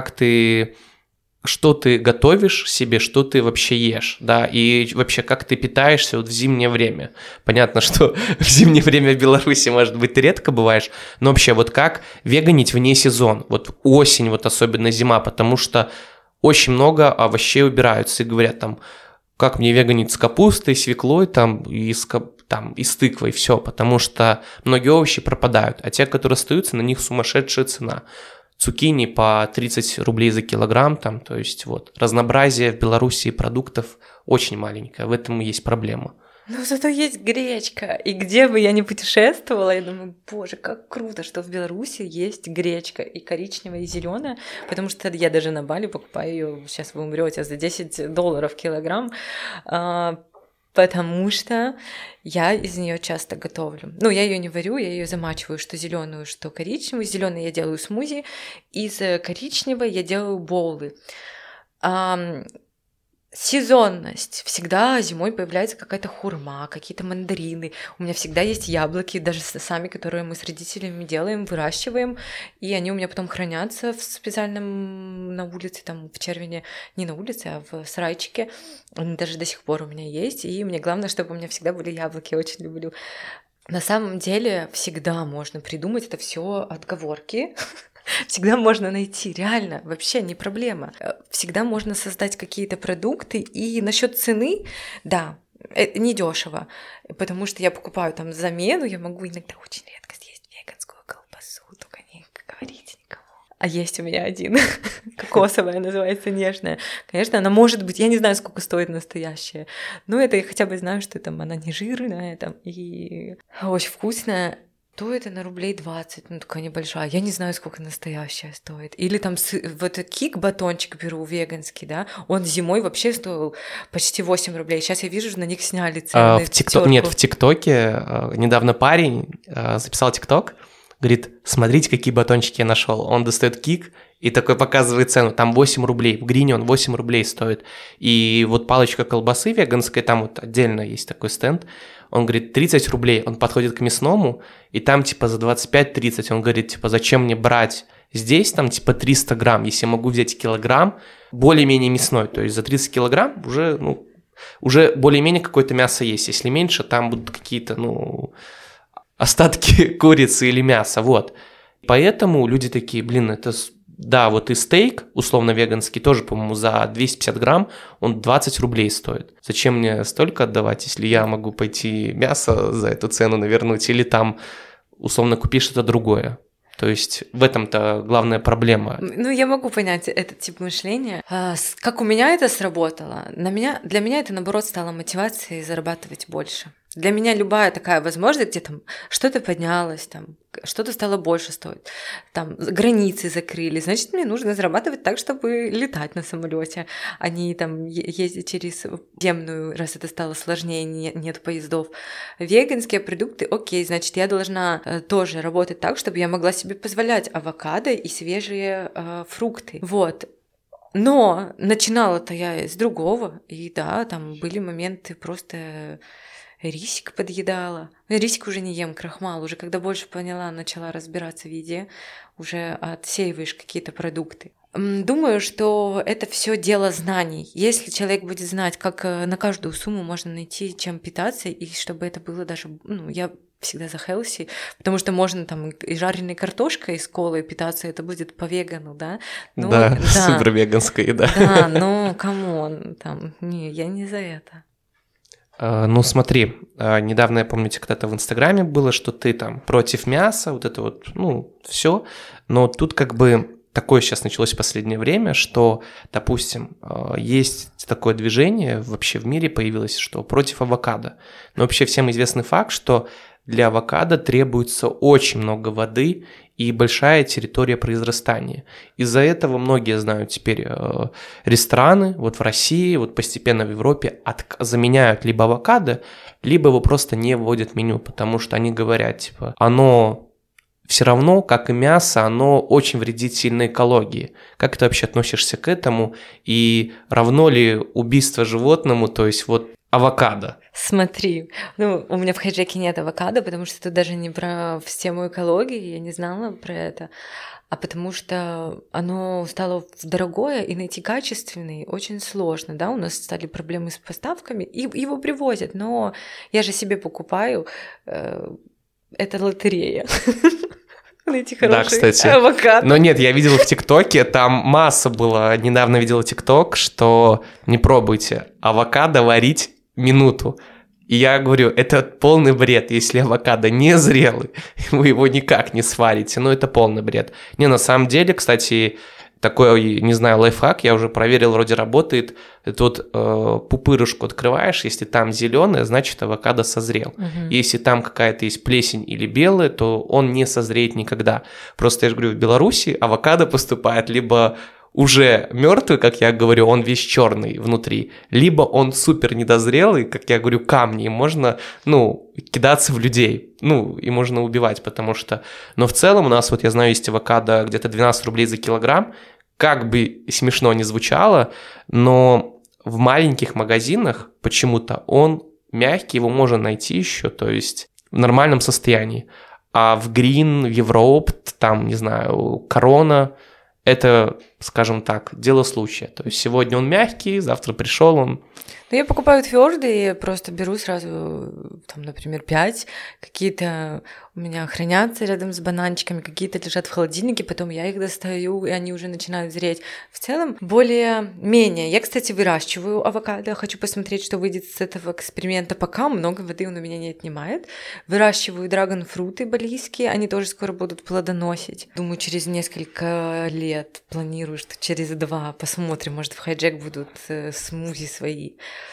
что ты готовишь себе, что ты вообще ешь, да, и вообще как ты питаешься в зимнее время. Понятно, что в зимнее время в Беларуси, может быть, ты редко бываешь, но вообще как веганить вне сезон, осень, особенно зима, потому что очень много овощей убираются и говорят как мне веганить с капустой, свеклой, и с тыквой, все, потому что многие овощи пропадают, а те, которые остаются, на них сумасшедшая цена. Цукини по 30 рублей за килограмм, то есть разнообразие в Беларуси продуктов очень маленькое, в этом и есть проблема. Но зато есть гречка, и где бы я ни путешествовала, я думаю, боже, как круто, что в Беларуси есть гречка, и коричневая, и зеленая, потому что я даже на Бали покупаю ее, сейчас вы умрете, за $10 килограмм, потому что я из нее часто готовлю. Я ее не варю, я ее замачиваю, что зеленую, что коричневую. Из зеленой я делаю смузи, из коричневой я делаю боулы. Сезонность. Всегда зимой появляется какая-то хурма, какие-то мандарины. У меня всегда есть яблоки, даже сами, которые мы с родителями делаем, выращиваем, и они у меня потом хранятся в специальном на улице, в червине, не на улице, а в сарайчике. Они даже до сих пор у меня есть, и мне главное, чтобы у меня всегда были яблоки, я очень люблю. На самом деле всегда можно придумать, это все отговорки. Всегда можно найти, реально, вообще не проблема. Всегда можно создать какие-то продукты, и насчет цены, да, недешево, потому что я покупаю замену, я могу иногда очень редко съесть веганскую колбасу, только не говорите никому. А есть у меня один, кокосовая, называется, нежная. Конечно, она может быть, я не знаю, сколько стоит настоящая, но это я хотя бы знаю, что она не жирная, и очень вкусная. Стоит она рублей 20, такая небольшая. Я не знаю, сколько настоящая стоит. Или кик-батончик беру веганский, да, он зимой вообще стоил почти 8 рублей. Сейчас я вижу, что на них сняли цены. В ТикТоке недавно парень записал ТикТок, говорит, смотрите, какие батончики я нашел. Он достает кик и такой показывает цену, там 8 рублей, в Грине он 8 рублей стоит. И палочка колбасы веганской, там отдельно есть такой стенд, он говорит, 30 рублей, он подходит к мясному, и там за 25-30, он говорит, зачем мне брать здесь, 300 грамм, если я могу взять килограмм более-менее мясной, то есть за 30 килограмм уже, уже более-менее какое-то мясо есть. Если меньше, там будут какие-то, остатки курицы или мяса, вот. Поэтому люди такие, блин, да, вот и стейк, условно веганский, тоже, по-моему, за 250 грамм он 20 рублей стоит. Зачем мне столько отдавать, если я могу пойти мясо за эту цену навернуть, или там, условно, купишь что-то другое. То есть в этом-то главная проблема. Я могу понять этот тип мышления. Как у меня это сработало? Для меня это, наоборот, стало мотивацией зарабатывать больше. Для меня любая такая возможность, где там что-то поднялось, там что-то стало больше стоить, там границы закрыли, значит, мне нужно зарабатывать так, чтобы летать на самолете, а не там ездить через земную, раз это стало сложнее, нет поездов. Веганские продукты, окей, значит, я должна тоже работать так, чтобы я могла себе позволять авокадо и свежие фрукты. Вот. Но начинала-то я с другого, и да, там были моменты просто... Рисик подъедала. Рисик уже не ем, крахмал. Уже когда больше поняла, начала разбираться в еде, уже отсеиваешь какие-то продукты. Думаю, что это все дело знаний. Если человек будет знать, как на каждую сумму можно найти, чем питаться, и чтобы это было даже... я всегда за хелси, потому что можно там и жареной картошкой с колой питаться, это будет по вегану, да? Да, супер веганская еда. Да, камон, я не за это. Смотри, недавно, я помню, когда-то в Инстаграме было, что ты там против мяса, вот это вот, все, но тут как бы такое сейчас началось в последнее время, что, допустим, есть такое движение, вообще в мире появилось, что против авокадо. Но вообще всем известный факт, что для авокадо требуется очень много воды и большая территория произрастания. Из-за этого многие знают теперь рестораны, вот в России, вот постепенно в Европе заменяют либо авокадо, либо его просто не вводят в меню, потому что они говорят, типа, оно все равно, как и мясо, оно очень вредит сильно экологии. Как ты вообще относишься к этому? И равно ли убийство животному, то есть вот авокадо? Смотри, у меня в хайджеке нет авокадо, потому что это даже не про тему экологии, я не знала про это, а потому что оно стало дорогое, и найти качественный очень сложно, да, у нас стали проблемы с поставками, и его привозят, но я же себе покупаю, это лотерея. Найти хороший авокадо. Но нет, я видел в ТикТоке, там масса было, недавно видел ТикТок, что не пробуйте авокадо варить минуту. И я говорю, это полный бред, если авокадо не зрелый, вы его никак не сварите, это полный бред. На самом деле, кстати, такой, не знаю, лайфхак, я уже проверил, вроде работает, это вот пупырышку открываешь, если там зеленое, значит авокадо созрел. Если там какая-то есть плесень или белая, то он не созреет никогда. Просто я же говорю, в Беларуси авокадо поступает либо уже мертвый, как я говорю, он весь черный внутри, либо он супер недозрелый, как я говорю, камни, и можно, кидаться в людей, и можно убивать, потому что... Но в целом у нас, вот я знаю, есть авокадо где-то 12 рублей за килограмм, как бы смешно ни звучало, но в маленьких магазинах почему-то он мягкий, его можно найти еще, то есть в нормальном состоянии. А в Green, в Европ, там, не знаю, Корона... Это, скажем так, дело случая. То есть сегодня он мягкий, завтра пришел он. Я покупаю твердые, просто беру сразу, там, например, 5. Какие-то у меня хранятся рядом с бананчиками, какие-то лежат в холодильнике, потом я их достаю, и они уже начинают зреть. В целом, более-менее. Я, кстати, выращиваю авокадо, хочу посмотреть, что выйдет с этого эксперимента. Пока много воды он у меня не отнимает. Выращиваю драгонфруты балийские, они тоже скоро будут плодоносить. Думаю, через несколько лет планирую, что через 2 посмотрим, может, в хайджек будут смузи свои.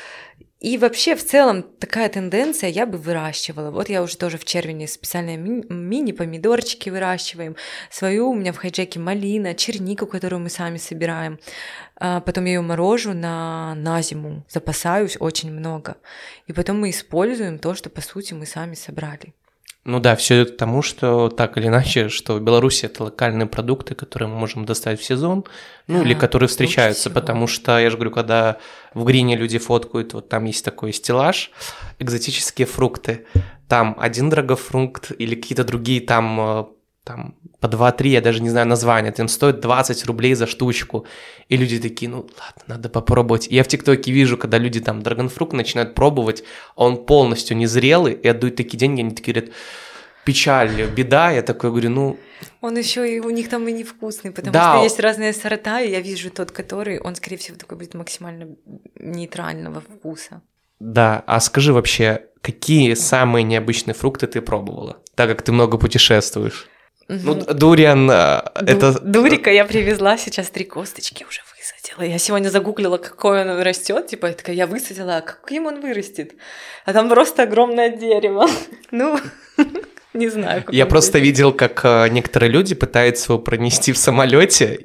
И вообще, в целом, такая тенденция я бы выращивала. Вот я уже тоже в Червине специальные мини-помидорчики выращиваем. Свою у меня в хайджеке малина, чернику, которую мы сами собираем. Потом я ее морожу на зиму, запасаюсь очень много. И потом мы используем то, что, по сути, мы сами собрали. Да, все идет к тому, что так или иначе, что в Беларуси это локальные продукты, которые мы можем доставить в сезон, или которые встречаются, потому что, я же говорю, когда в Грине люди фоткают, вот там есть такой стеллаж, экзотические фрукты, там один драгофрукт или какие-то другие там там по 2-3, я даже не знаю название, там стоит 20 рублей за штучку. И люди такие, ну ладно, надо попробовать. И я в ТикТоке вижу, когда люди там драгонфрукт начинают пробовать, а он полностью незрелый, и отдают такие деньги, они такие говорят, печаль, беда. Я такой говорю, ну... Он еще и у них там и невкусный, потому да. что есть разные сорта, и я вижу тот, который, он, скорее всего, такой будет максимально нейтрального вкуса. Да, а скажи вообще, какие самые необычные фрукты ты пробовала, так как ты много путешествуешь? Ну, дуриан, это... Дурика я привезла, сейчас 3 косточки уже высадила. Я сегодня загуглила, какой он растет, типа, я такая, я высадила, а каким он вырастет? А там просто огромное дерево. Ну... Не знаю. Я просто видел, как некоторые люди пытаются его пронести в самолете,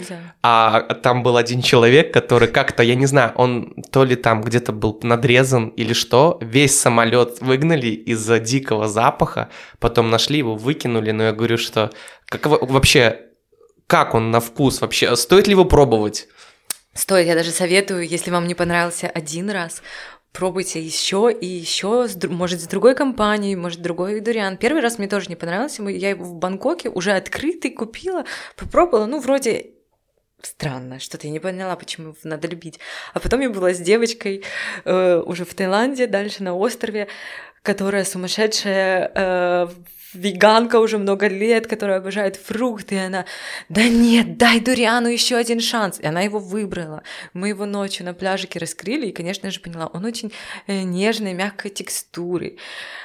а там был один человек, который как-то, я не знаю, он то ли там где-то был надрезан или что, весь самолет выгнали из-за дикого запаха, потом нашли его, выкинули, но я говорю, что вообще, как он на вкус вообще, стоит ли его пробовать? Стоит, я даже советую, если вам не понравился один раз, пробуйте еще и еще, может, с другой компанией, может, другой дуриан. Первый раз мне тоже не понравился, я его в Бангкоке уже открытый купила, попробовала, ну, вроде странно, что-то я не поняла, почему его надо любить. А потом я была с девочкой уже в Таиланде, дальше на острове, которая сумасшедшая веганка уже много лет, которая обожает фрукты, и она, да нет, дай дуриану еще один шанс, и она его выбрала. Мы его ночью на пляжике раскрыли, и, конечно же, поняла, он очень нежной, мягкой текстуры.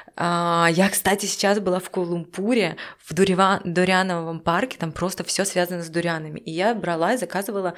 Я, кстати, сейчас была в Куала-Лумпуре, в дуриановом парке, там просто все связано с дурианами. И я брала и заказывала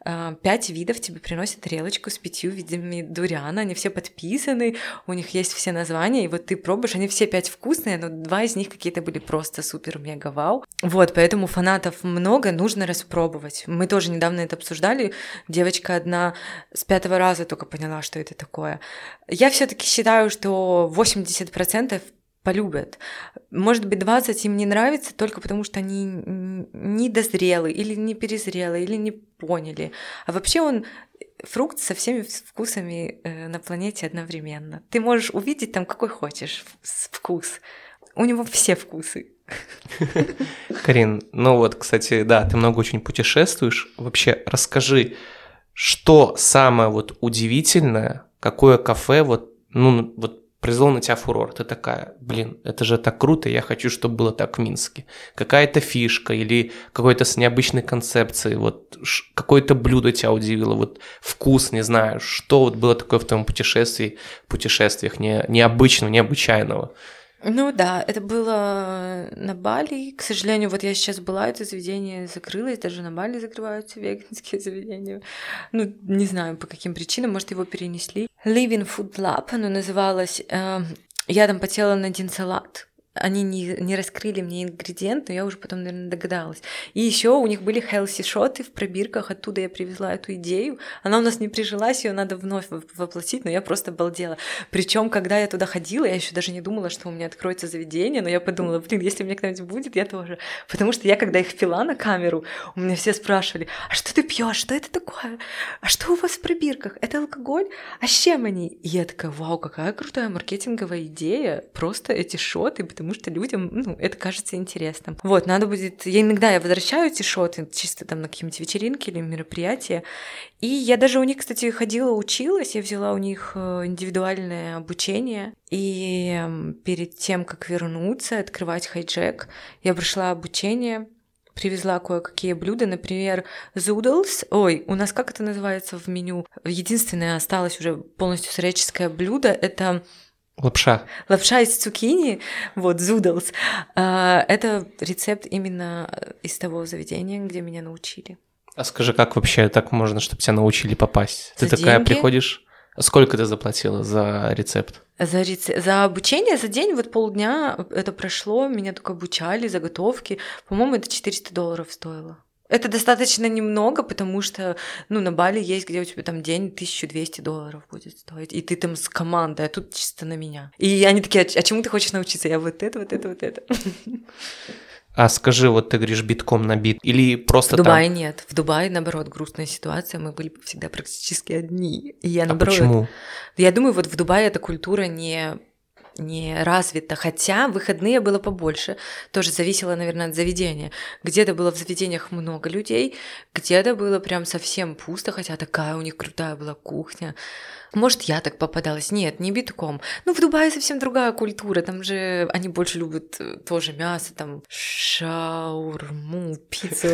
5 видов, тебе приносят тарелочку с 5 видами дуриана, они все подписаны, у них есть все названия, и вот ты пробуешь, они все 5 вкусные, но 2 из них какие-то были просто супер-мега-вау. Вот, поэтому фанатов много, нужно распробовать. Мы тоже недавно это обсуждали, девочка одна с 5-го раза только поняла, что это такое. Я все-таки считаю, что 80% полюбят. Может быть, 20 им не нравится только потому, что они не дозрелы, или не перезрелы, или не поняли. А вообще он фрукт со всеми вкусами на планете одновременно. Ты можешь увидеть там какой хочешь вкус. У него все вкусы. Карин, ну вот, кстати, да, ты много очень путешествуешь. Вообще, расскажи, что самое вот удивительное, какое кафе вот произвело на тебя фурор? Ты такая, блин, это же так круто, я хочу, чтобы было так в Минске. Какая-то фишка или какой-то с необычной концепцией, вот какое-то блюдо тебя удивило, вот вкус, не знаю, что вот было такое в твоем путешествиях необычного, необычайного? Ну да, это было на Бали. К сожалению, вот я сейчас была, это заведение закрылось, даже на Бали закрываются веганские заведения. Ну, не знаю, по каким причинам, может, его перенесли. Living Food Lab, оно называлось. Я там потела на один салат. Они не раскрыли мне ингредиент, но я уже потом, наверное, догадалась. И еще у них были healthy-шоты в пробирках, оттуда я привезла эту идею. Она у нас не прижилась, ее надо вновь воплотить, но я просто обалдела. Причем, когда я туда ходила, я еще даже не думала, что у меня откроется заведение, но я подумала, блин, если у меня кто-нибудь будет, я тоже. Потому что я, когда их пила на камеру, у меня все спрашивали, а что ты пьешь, что это такое? А что у вас в пробирках? Это алкоголь? А с чем они? И я такая, вау, какая крутая маркетинговая идея, просто эти шоты, потому что людям, это кажется интересным. Вот, надо будет... Я возвращаю эти шоты чисто там на какие-нибудь вечеринки или мероприятия. И я даже у них, кстати, ходила, училась, я взяла у них индивидуальное обучение. И перед тем, как вернуться, открывать хайджек, я прошла обучение, привезла кое-какие блюда, например, zoodles. Ой, у нас как это называется в меню? Единственное осталось уже полностью сыреческое блюдо, это... Лапша. Лапша из цукини, вот, zoodles. Это рецепт именно из того заведения, где меня научили. А скажи, как вообще так можно, чтобы тебя научили попасть? Ты такая деньги. Приходишь... Сколько ты заплатила за рецепт? За обучение, за день, вот полдня это прошло, меня только обучали, заготовки. По-моему, это $400 стоило. Это достаточно немного, потому что, на Бали есть, где у тебя там день $1200 будет стоить, и ты там с командой, а тут чисто на меня. И они такие, а чему ты хочешь научиться? Я вот это. А скажи, вот ты говоришь, битком набит или просто в Дубае нет. В Дубае, наоборот, грустная ситуация, мы были всегда практически одни. И я, наоборот, почему? Я думаю, вот в Дубае эта культура не не развито, хотя выходные было побольше, тоже зависело, наверное, от заведения. Где-то было в заведениях много людей, где-то было прям совсем пусто, хотя такая у них крутая была кухня. Может, я так попадалась? Нет, не битком. Ну, в Дубае совсем другая культура, там же они больше любят тоже мясо, там шаурму, пиццу.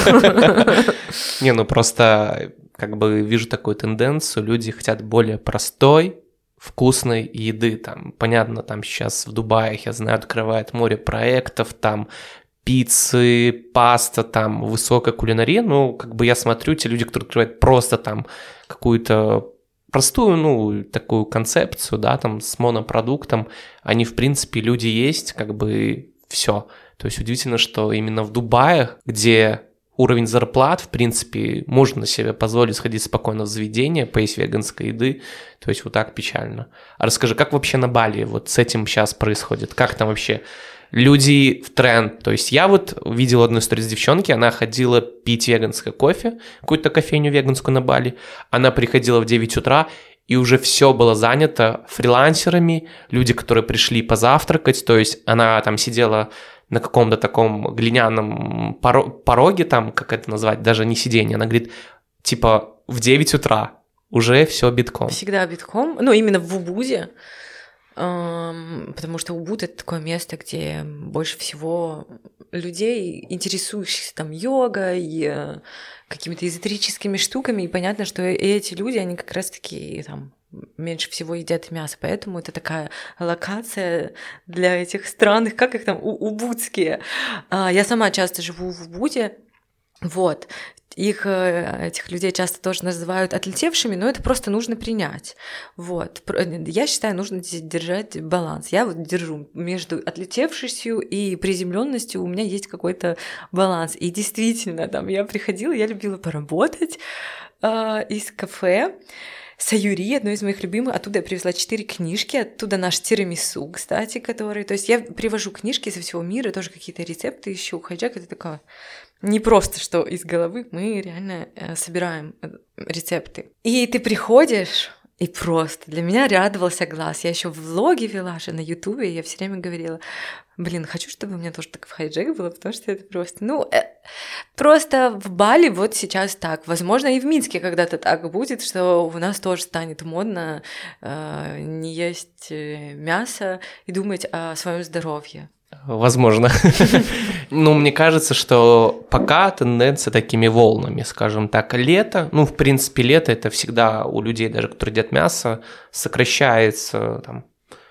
Не, ну просто как бы вижу такую тенденцию, люди хотят более простой, вкусной еды, там, понятно, там сейчас в Дубае, я знаю, открывает море проектов, там, пиццы, паста, там, высокая кулинария, ну, как бы я смотрю, те люди, которые открывают просто там какую-то простую, ну, такую концепцию, да, там, с монопродуктом, они, в принципе, люди есть, как бы, все. То есть удивительно, что именно в Дубае, где уровень зарплат, в принципе, можно себе позволить сходить спокойно в заведение, поесть веганской еды, то есть вот так печально. А расскажи, как вообще на Бали вот с этим сейчас происходит? Как там вообще люди в тренд? То есть я вот видел одну историю с девчонки, она ходила пить веганское кофе, какую-то кофейню веганскую на Бали, она приходила в 9 утра, и уже все было занято фрилансерами, люди, которые пришли позавтракать, то есть она там сидела на каком-то таком глиняном пороге, там, как это назвать, даже не сиденье, она говорит, типа, в 9 утра уже все битком. Всегда битком, ну, именно в Убуде, потому что Убуд — это такое место, где больше всего людей, интересующихся там йогой, какими-то эзотерическими штуками, и понятно, что эти люди, они как раз-таки там меньше всего едят мясо, поэтому это такая локация для этих странных, как их там, убудские. Я сама часто живу в Убуде, вот. Этих людей часто тоже называют отлетевшими, но это просто нужно принять. Вот. Я считаю, нужно держать баланс. Я вот держу между отлетевшестью и приземленностью, у меня есть какой-то баланс. И действительно, там я приходила, я любила поработать из кафе. Саюри, одно из моих любимых, оттуда я привезла 4 книжки, оттуда наш тирамису, кстати, который... То есть я привожу книжки со всего мира, тоже какие-то рецепты ищу. Хайджак — это такое не просто, что из головы, мы реально собираем рецепты. И ты приходишь, и просто для меня радовался глаз. Я еще влоги вела же на Ютубе, и я все время говорила, блин, хочу, чтобы у меня тоже так в хайджек было, потому что это просто, просто в Бали вот сейчас так. Возможно, и в Минске когда-то так будет, что у нас тоже станет модно не есть мясо и думать о своем здоровье. Возможно. Но мне кажется, что пока тенденция такими волнами, скажем так, лето, в принципе, лето это всегда у людей, даже которые едят мясо, сокращается там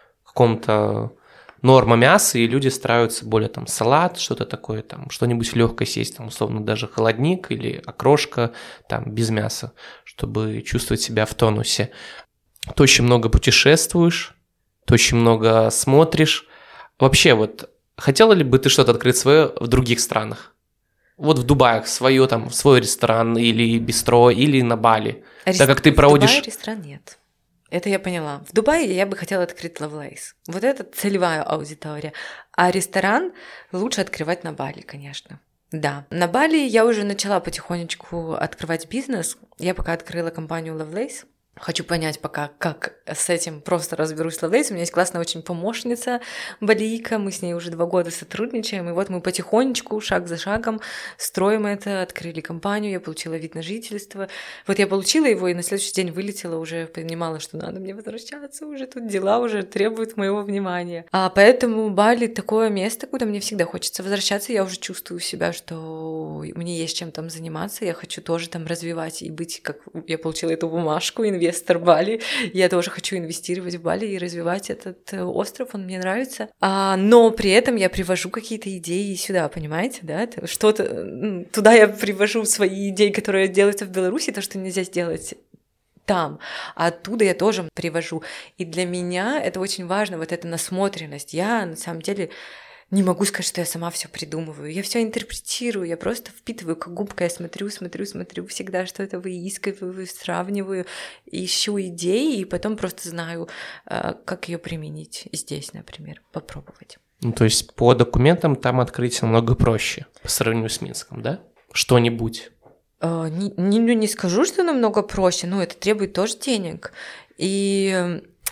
каком-то норма мяса, и люди стараются более там салат, что-то такое, там что-нибудь легкое съесть, там условно даже холодник или окрошка там без мяса, чтобы чувствовать себя в тонусе. Ты очень много путешествуешь, ты очень много смотришь. Вообще, вот хотела ли бы ты что-то открыть свое в других странах? Вот в Дубае свое, там, свой ресторан или бистро, или на Бали. Так как ты проводишь... В Дубае ресторан нет. Это я поняла. В Дубае я бы хотела открыть Lovelace. Вот это целевая аудитория. А ресторан лучше открывать на Бали, конечно. Да. На Бали я уже начала потихонечку открывать бизнес. Я пока открыла компанию Lovelace. Хочу понять пока, как с этим просто разберусь с Lovelace. У меня есть классная очень помощница Балийка, мы с ней уже 2 года сотрудничаем, и вот мы потихонечку, шаг за шагом строим это, открыли компанию, я получила вид на жительство. Вот я получила его, и на следующий день вылетела, уже понимала, что надо мне возвращаться, уже тут дела уже требуют моего внимания. Поэтому Бали такое место, куда мне всегда хочется возвращаться, я уже чувствую себя, что мне есть чем там заниматься, я хочу тоже там развивать и быть, как я получила эту бумажку, инвестор Бали. Я тоже хочу инвестировать в Бали и развивать этот остров, он мне нравится. Но при этом я привожу какие-то идеи сюда, понимаете, да? Что-то туда я привожу свои идеи, которые делаются в Беларуси, то, что нельзя сделать там. А оттуда я тоже привожу. И для меня это очень важно, вот эта насмотренность. Я, на самом деле, не могу сказать, что я сама все придумываю. Я все интерпретирую, я просто впитываю, как губка. Я смотрю всегда, что-то выискиваю, сравниваю, ищу идеи, и потом просто знаю, как ее применить здесь, например, попробовать. То есть по документам там открыть намного проще по сравнению с Минском, да? Что-нибудь? Не скажу, что намного проще, но это требует тоже денег. И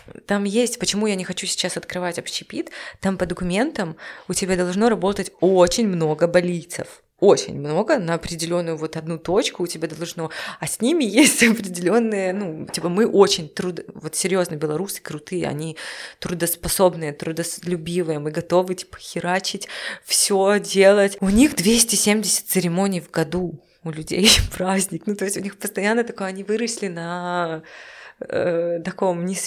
Там есть, почему я не хочу сейчас открывать общепит, там по документам у тебя должно работать очень много болийцев. Очень много на определенную вот одну точку у тебя должно, а с ними есть определенные, ну, типа мы очень вот серьезно белорусы крутые, они трудоспособные, трудолюбивые, мы готовы типа херачить, все делать. У них 270 церемоний в году у людей праздник, ну то есть у них постоянно такое, они выросли на таком не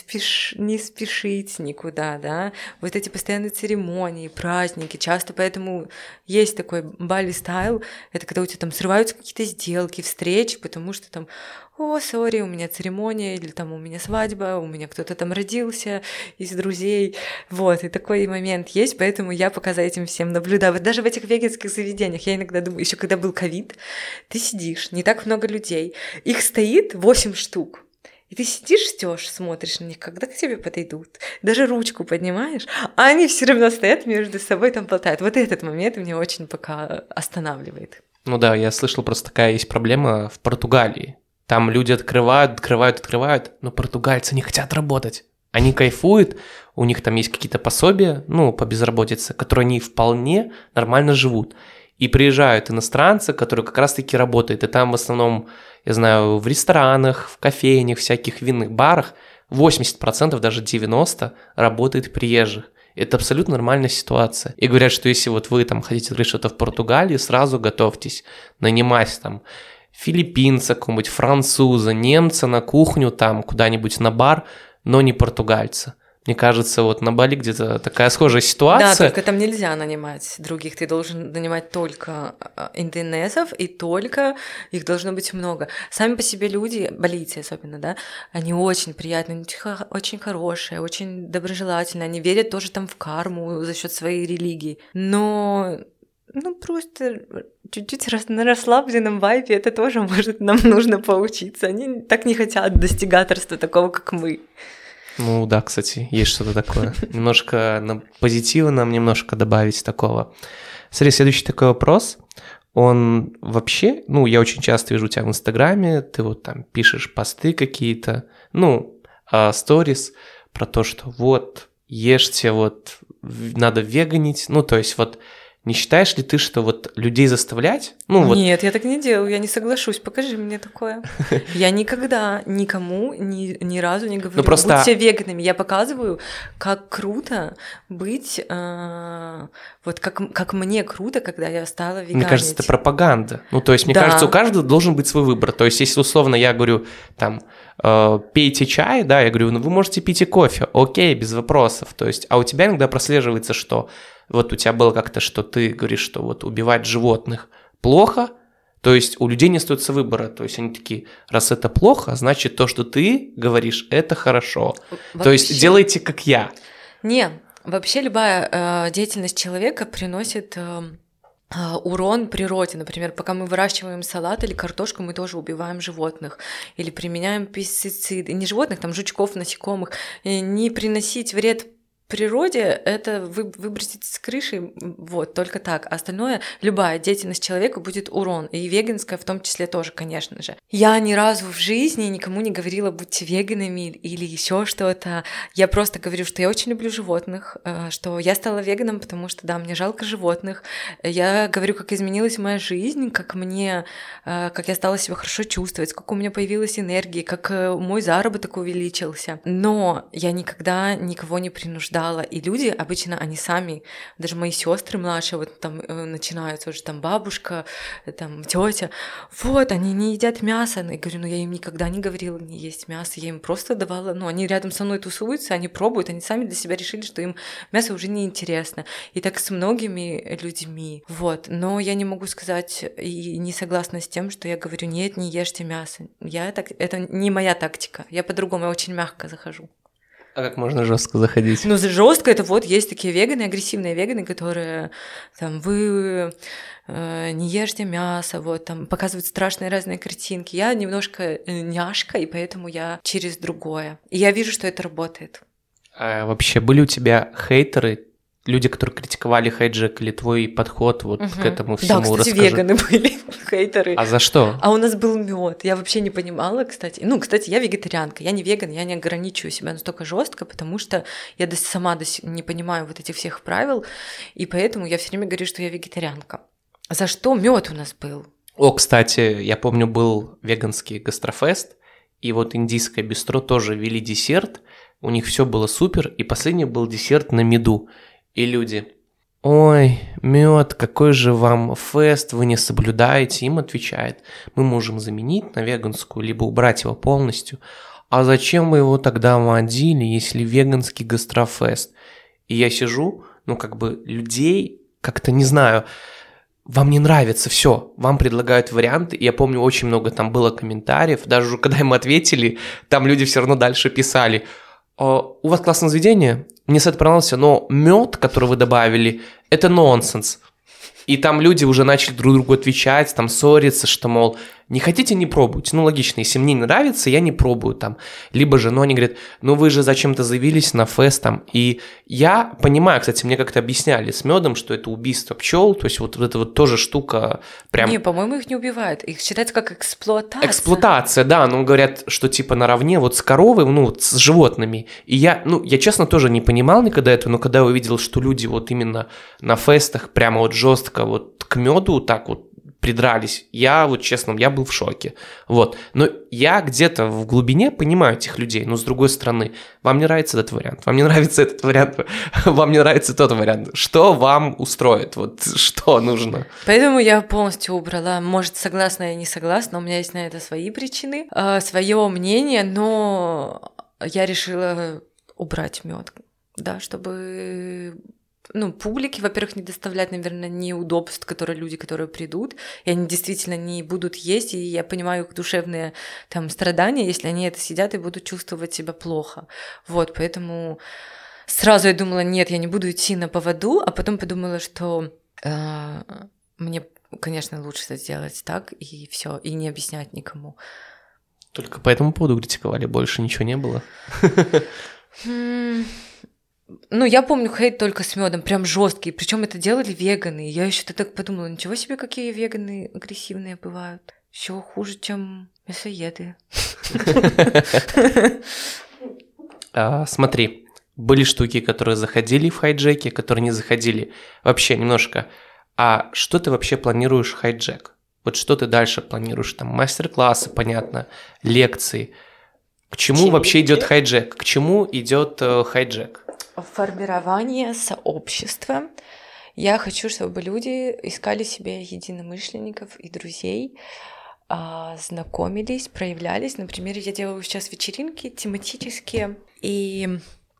спешить никуда, да, вот эти постоянные церемонии, праздники, часто поэтому есть такой Бали стайл, это когда у тебя там срываются какие-то сделки, встречи, потому что там, сори, у меня церемония, или там у меня свадьба, у меня кто-то там родился из друзей, вот, и такой момент есть, поэтому я пока за этим всем наблюдаю, вот даже в этих веганских заведениях, я иногда думаю, еще когда был ковид, ты сидишь, не так много людей, их стоит 8 штук, и ты сидишь, ждешь, смотришь на них, когда к тебе подойдут. Даже ручку поднимаешь, а они все равно стоят между собой, там болтают. Вот этот момент меня очень пока останавливает. Ну да, я слышал, просто такая есть проблема в Португалии. Там люди открывают, но португальцы не хотят работать. Они кайфуют, у них там есть какие-то пособия, ну, по безработице, которые они вполне нормально живут. И приезжают иностранцы, которые как раз-таки работают. И там в основном, я знаю, в ресторанах, в кофейнях, всяких винных барах 80%, даже 90% работает приезжих. Это абсолютно нормальная ситуация. И говорят, что если вот вы там хотите открыть что-то в Португалии, сразу готовьтесь нанимать там филиппинца, какого-нибудь француза, немца на кухню там куда-нибудь на бар, но не португальца. Мне кажется, вот на Бали где-то такая схожая ситуация. Да, только там нельзя нанимать других. Ты должен нанимать только индонезов, и только их должно быть много. Сами по себе люди, балийцы особенно, да, они очень приятные, очень хорошие, очень доброжелательные. Они верят тоже там в карму за счет своей религии. Но просто чуть-чуть на расслабленном вайбе это тоже, может, нам нужно поучиться. Они так не хотят достигаторства такого, как мы. Ну да, кстати, есть что-то такое. Немножко на позитива нам немножко добавить такого. Смотри, следующий такой вопрос. Он вообще, я очень часто вижу тебя в Инстаграме, ты вот там пишешь посты какие-то, сторис про то, что вот, ешьте, вот, надо веганить, то есть вот, не считаешь ли ты, что вот людей заставлять? Нет, я так не делаю, я не соглашусь, покажи мне такое. Я никогда никому ни разу не говорю, будьте веганами. Я показываю, как круто быть, вот как мне круто, когда я стала веганить. Мне кажется, это пропаганда. То есть, мне кажется, у каждого должен быть свой выбор. То есть, если условно я говорю, там, пейте чай, да, я говорю, вы можете пить и кофе, окей, без вопросов. То есть, а у тебя иногда прослеживается, что вот у тебя было как-то, что ты говоришь, что вот убивать животных плохо, то есть у людей не остается выбора, то есть они такие, раз это плохо, значит то, что ты говоришь, это хорошо. Вообще... То есть делайте как я. Не, вообще любая деятельность человека приносит урон природе. Например, пока мы выращиваем салат или картошку, мы тоже убиваем животных или применяем пестициды. Не животных, там жучков, насекомых. И не приносить вред природе это выбросить с крыши, вот, только так. А остальное, любая деятельность человека будет урон. И веганская в том числе тоже, конечно же. Я ни разу в жизни никому не говорила, будьте веганами или еще что-то. Я просто говорю, что я очень люблю животных, что я стала веганом, потому что, да, мне жалко животных. Я говорю, как изменилась моя жизнь, как я стала себя хорошо чувствовать, как у меня появилась энергия, как мой заработок увеличился. Но я никогда никого не принуждала. И люди обычно, они сами, даже мои сестры младшие, вот там начинаются уже там бабушка, там тетя, вот, они не едят мясо. Я говорю, я им никогда не говорила не есть мясо, я им просто давала, они рядом со мной тусуются, они пробуют, они сами для себя решили, что им мясо уже не интересно. И так с многими людьми, вот. Но я не могу сказать и не согласна с тем, что я говорю, нет, не ешьте мясо. Это не моя тактика, я по-другому, я очень мягко захожу. А как можно жестко заходить? Жестко это вот есть такие веганы, агрессивные веганы, которые там вы не ешьте мясо, вот там показывают страшные разные картинки. Я немножко няшка, и поэтому я через другое. И я вижу, что это работает. А вообще были у тебя хейтеры, люди, которые критиковали хайджек, или твой подход вот к этому всему, да, кстати, расскажи. веганы были, хейтеры. А за что? А у нас был мед. Я вообще не понимала, кстати. Ну, кстати, я вегетарианка, я не веган, я не ограничиваю себя настолько жестко, потому что я сама не понимаю вот этих всех правил, и поэтому я все время говорю, что я вегетарианка. За что мед у нас был? О, кстати, я помню, был веганский гастрофест, и вот индийское бистро тоже вели десерт, у них все было супер, и последний был десерт на меду. И люди: ой, мед, какой же вам фест, вы не соблюдаете. Им отвечает: мы можем заменить на веганскую, либо убрать его полностью. А зачем вы его тогда водили, если веганский гастрофест? И я сижу, людей как-то, не знаю, вам не нравится все, вам предлагают варианты. Я помню, очень много там было комментариев, даже когда им ответили, там люди все равно дальше писали: у вас классное заведение, мне сайт понравился, но мед, который вы добавили, это нонсенс. И там люди уже начали друг другу отвечать, там ссориться, что, мол, не хотите, не пробуйте. Ну, логично, если мне не нравится, я не пробую там. Либо же, они говорят: вы же зачем-то заявились на фест там. И я понимаю, кстати, мне как-то объясняли с медом, что это убийство пчел, то есть вот это вот тоже штука прям... Не, по-моему, их не убивают, их считается как эксплуатация. Эксплуатация, да, говорят, что типа наравне вот с коровой, с животными. И я честно тоже не понимал никогда этого, но когда я увидел, что люди вот именно на фестах прямо вот жестко вот к меду так вот придрались, я вот честно, я был в шоке. Вот. Но я где-то в глубине понимаю этих людей, но с другой стороны, вам не нравится этот вариант, вам не нравится этот вариант, вам не нравится тот вариант. Что вам устроит? Вот что нужно? Поэтому я полностью убрала. Может, согласна я не согласна, у меня есть на это свои причины, свое мнение, но я решила убрать мед, да, чтобы... публике, во-первых, не доставлять, наверное, неудобств, люди, которые придут, и они действительно не будут есть, и я понимаю их душевные там страдания, если они это съедят и будут чувствовать себя плохо. Вот, поэтому сразу я думала: нет, я не буду идти на поводу, а потом подумала, что мне, конечно, лучше это сделать так, и все, и не объяснять никому. Только по этому поводу критиковали, больше ничего не было? Я помню хейт только с медом, прям жесткий. Причем это делали веганы. Я еще так подумала: ничего себе, какие веганы агрессивные бывают. Еще хуже, чем мясоеды. Смотри, были штуки, которые заходили в хайджеки, которые не заходили. Вообще, немножко. А что ты вообще планируешь в хайджек? Вот что ты дальше планируешь? Там мастер-классы, понятно, лекции. К чему вообще идет хайджек? К чему идет хайджек? Формирование сообщества. Я хочу, чтобы люди искали себе единомышленников и друзей, знакомились, проявлялись. Например, я делаю сейчас вечеринки тематические, и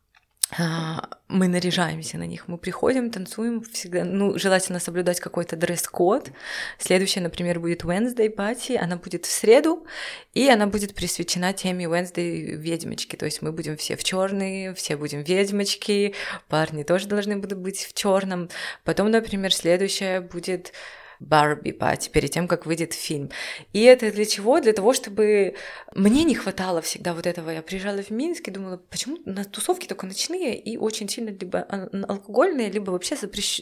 мы наряжаемся на них, мы приходим, танцуем всегда, желательно соблюдать какой-то дресс-код. Следующая, например, будет Wednesday Party, она будет в среду, и она будет посвящена теме Wednesday ведьмочки, то есть мы будем все в черные, все будем ведьмочки, парни тоже должны будут быть в черном. Потом, например, следующая будет Барби Пати, перед тем, как выйдет фильм. И это для чего? Для того, чтобы... Мне не хватало всегда вот этого. Я приезжала в Минск и думала: почему на тусовки только ночные и очень сильно либо алкогольные, либо вообще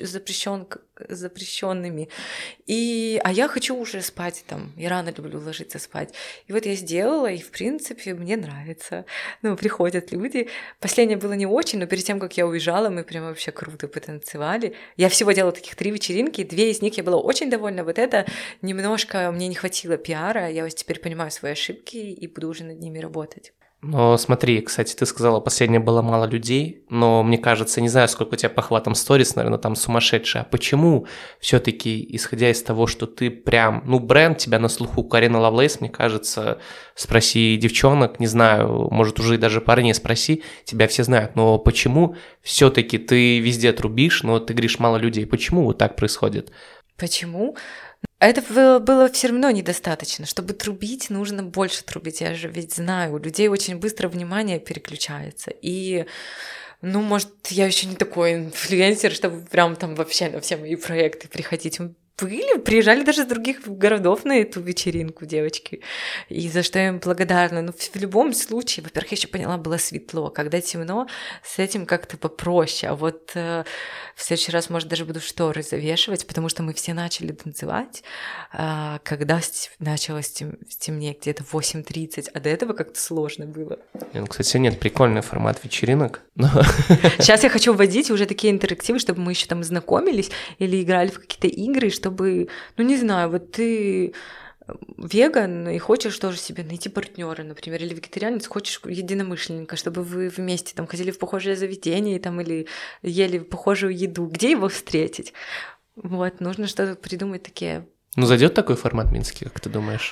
запрещенными. А я хочу уже спать там, я рано люблю ложиться спать. И вот я сделала, и в принципе мне нравится. Приходят люди. Последнее было не очень, но перед тем, как я уезжала, мы прям вообще круто потанцевали. Я всего делала таких 3 вечеринки, 2 из них я была очень довольна. Вот это немножко мне не хватило пиара, я теперь понимаю свои ошибки и буду уже над ними работать. Но смотри, кстати, ты сказала, последнее было мало людей, но мне кажется, не знаю, сколько у тебя по охватам сторис, наверное, там сумасшедшие. А почему все-таки, исходя из того, что ты прям, бренд тебя на слуху, Карина Лавлейс, мне кажется, спроси девчонок, не знаю, может уже и даже парней спроси, тебя все знают, но почему все-таки ты везде трубишь, но ты говоришь мало людей? Почему вот так происходит? Почему? Это было все равно недостаточно. Чтобы трубить, нужно больше трубить. Я же ведь знаю, у людей очень быстро внимание переключается. И, может, я еще не такой инфлюенсер, чтобы прям там вообще на все мои проекты приходить. приезжали даже с других городов на эту вечеринку девочки, и за что я им благодарна. Но в любом случае, во-первых, я еще поняла, было светло, когда темно, с этим как-то попроще, а вот в следующий раз, может, даже буду шторы завешивать, потому что мы все начали танцевать, когда началось темнеть, где-то 8:30, а до этого как-то сложно было. Кстати, нет, прикольный формат вечеринок. Сейчас я хочу вводить уже такие интерактивы, чтобы мы еще там знакомились или играли в какие-то игры, чтобы, ну не знаю, вот ты веган и хочешь тоже себе найти партнера, например, или вегетарианец, хочешь единомышленника, чтобы вы вместе там ходили в похожее заведение там, или ели похожую еду. Где его встретить? Вот, нужно что-то придумать такие. Ну, зайдет такой формат минский, как ты думаешь?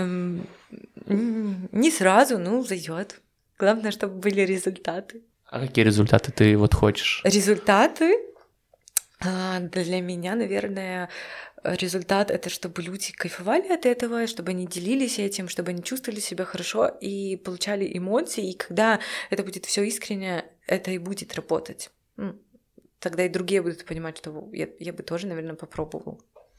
Не сразу, ну, зайдет. Главное, чтобы были результаты. А какие результаты ты вот хочешь? Результаты? Для меня, наверное, результат — это чтобы люди кайфовали от этого, чтобы они делились этим, чтобы они чувствовали себя хорошо и получали эмоции. И когда это будет все искренне, это и будет работать. Тогда и другие будут понимать, что я бы тоже, наверное, попробовал.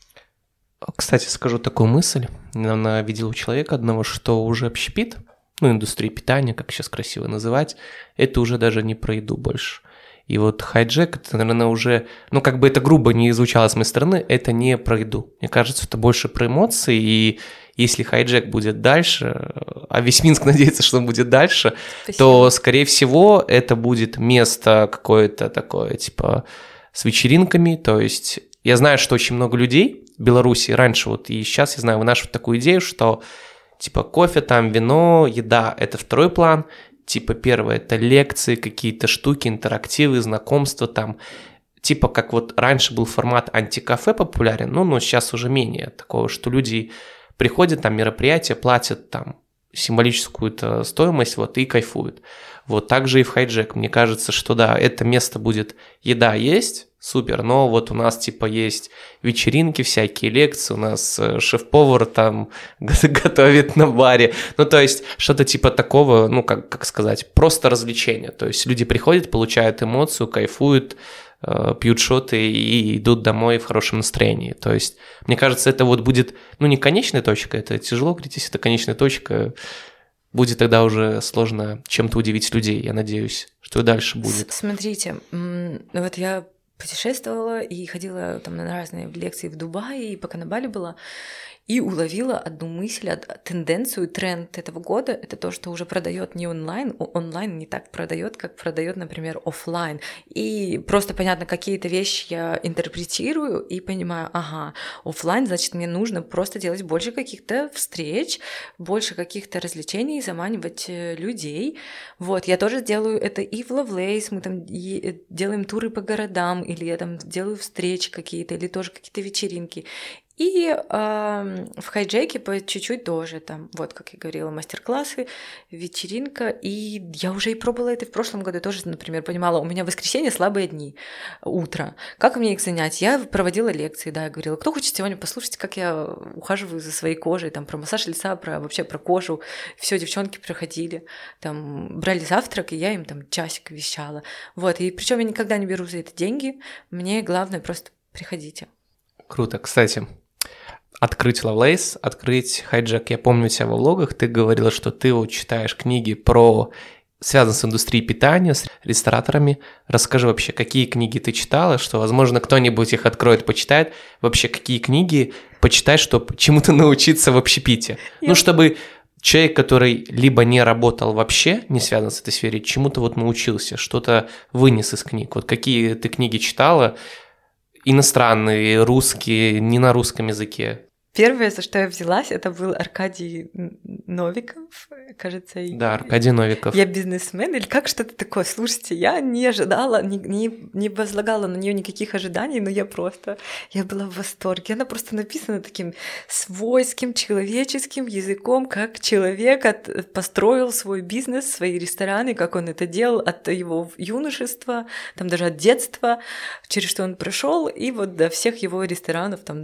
Кстати, скажу такую мысль. Она видела у человека одного, что уже общепит, ну, индустрия питания, как сейчас красиво называть, это уже даже не про еду больше. И вот хайджек, это, наверное, уже, ну, как бы это грубо не звучало с моей стороны, это не про еду. Мне кажется, это больше про эмоции, и если хайджек будет дальше, а весь Минск надеется, что он будет дальше, Спасибо. То, скорее всего, это будет место какое-то такое, типа, с вечеринками, то есть я знаю, что очень много людей в Беларуси раньше, вот и сейчас я знаю, вынашивают такую идею, что, типа, кофе, там, вино, еда – это второй план. Типа, первое – это лекции, какие-то штуки, интерактивы, знакомства там. Типа, как вот раньше был формат антикафе популярен, ну, но сейчас уже менее такого, что люди приходят, там, мероприятия, платят там символическую стоимость, вот, и кайфуют. Вот так же и в хайджек. Мне кажется, что да, это место будет, еда есть, супер, но вот у нас типа есть вечеринки, всякие лекции, у нас шеф-повар там готовит на баре, ну то есть что-то типа такого, ну как сказать, просто развлечение, то есть люди приходят, получают эмоцию, кайфуют, пьют шоты и идут домой в хорошем настроении, то есть мне кажется, это вот будет, ну не конечная точка, это тяжело говорить, если это конечная точка, будет тогда уже сложно чем-то удивить людей, я надеюсь, что и дальше будет. Смотрите, вот я путешествовала и ходила там на разные лекции в Дубае, и пока на Бали была, и уловила одну мысль, тенденцию, тренд этого года. Это то, что уже продает не онлайн, онлайн не так продает, как продает, например, офлайн. И просто понятно, какие-то вещи я интерпретирую и понимаю, ага, офлайн, значит, мне нужно просто делать больше каких-то встреч, больше каких-то развлечений, заманивать людей. Вот, я тоже делаю это и в Lovelace, мы там делаем туры по городам, или я там делаю встречи какие-то, или тоже какие-то вечеринки. И в хайджеке по чуть-чуть тоже, там, вот, как я говорила, мастер-классы, вечеринка, и я уже и пробовала это в прошлом году тоже, например, понимала, у меня в воскресенье слабые дни, утро, как мне их занять? Я проводила лекции, да, я говорила, кто хочет сегодня послушать, как я ухаживаю за своей кожей, там, про массаж лица, вообще про кожу, все девчонки проходили, там, брали завтрак, и я им там часик вещала, вот, и причем я никогда не беру за это деньги, мне главное просто приходите. Круто, кстати. Открыть Lovelace, открыть хайджек. Я помню у тебя во влогах, ты говорила, что ты вот читаешь книги связанные с индустрией питания, с рестораторами. Расскажи вообще, какие книги ты читала, что, возможно, кто-нибудь их откроет, почитает. Вообще, какие книги почитать, чтобы чему-то научиться в общепите? Ну, чтобы человек, который либо не работал вообще, не связан с этой сферой, чему-то вот научился, что-то вынес из книг. Вот какие ты книги читала, иностранные, русские, не на русском языке? Первое, за что я взялась, это был Аркадий Новиков, кажется. Да, Аркадий Новиков. Я бизнесмен или как что-то такое. Слушайте, я не ожидала, не возлагала на нее никаких ожиданий, но я была в восторге. Она просто написана таким свойским, человеческим языком, как человек построил свой бизнес, свои рестораны, как он это делал от его юношества, там даже от детства, через что он прошел, и вот до всех его ресторанов, там,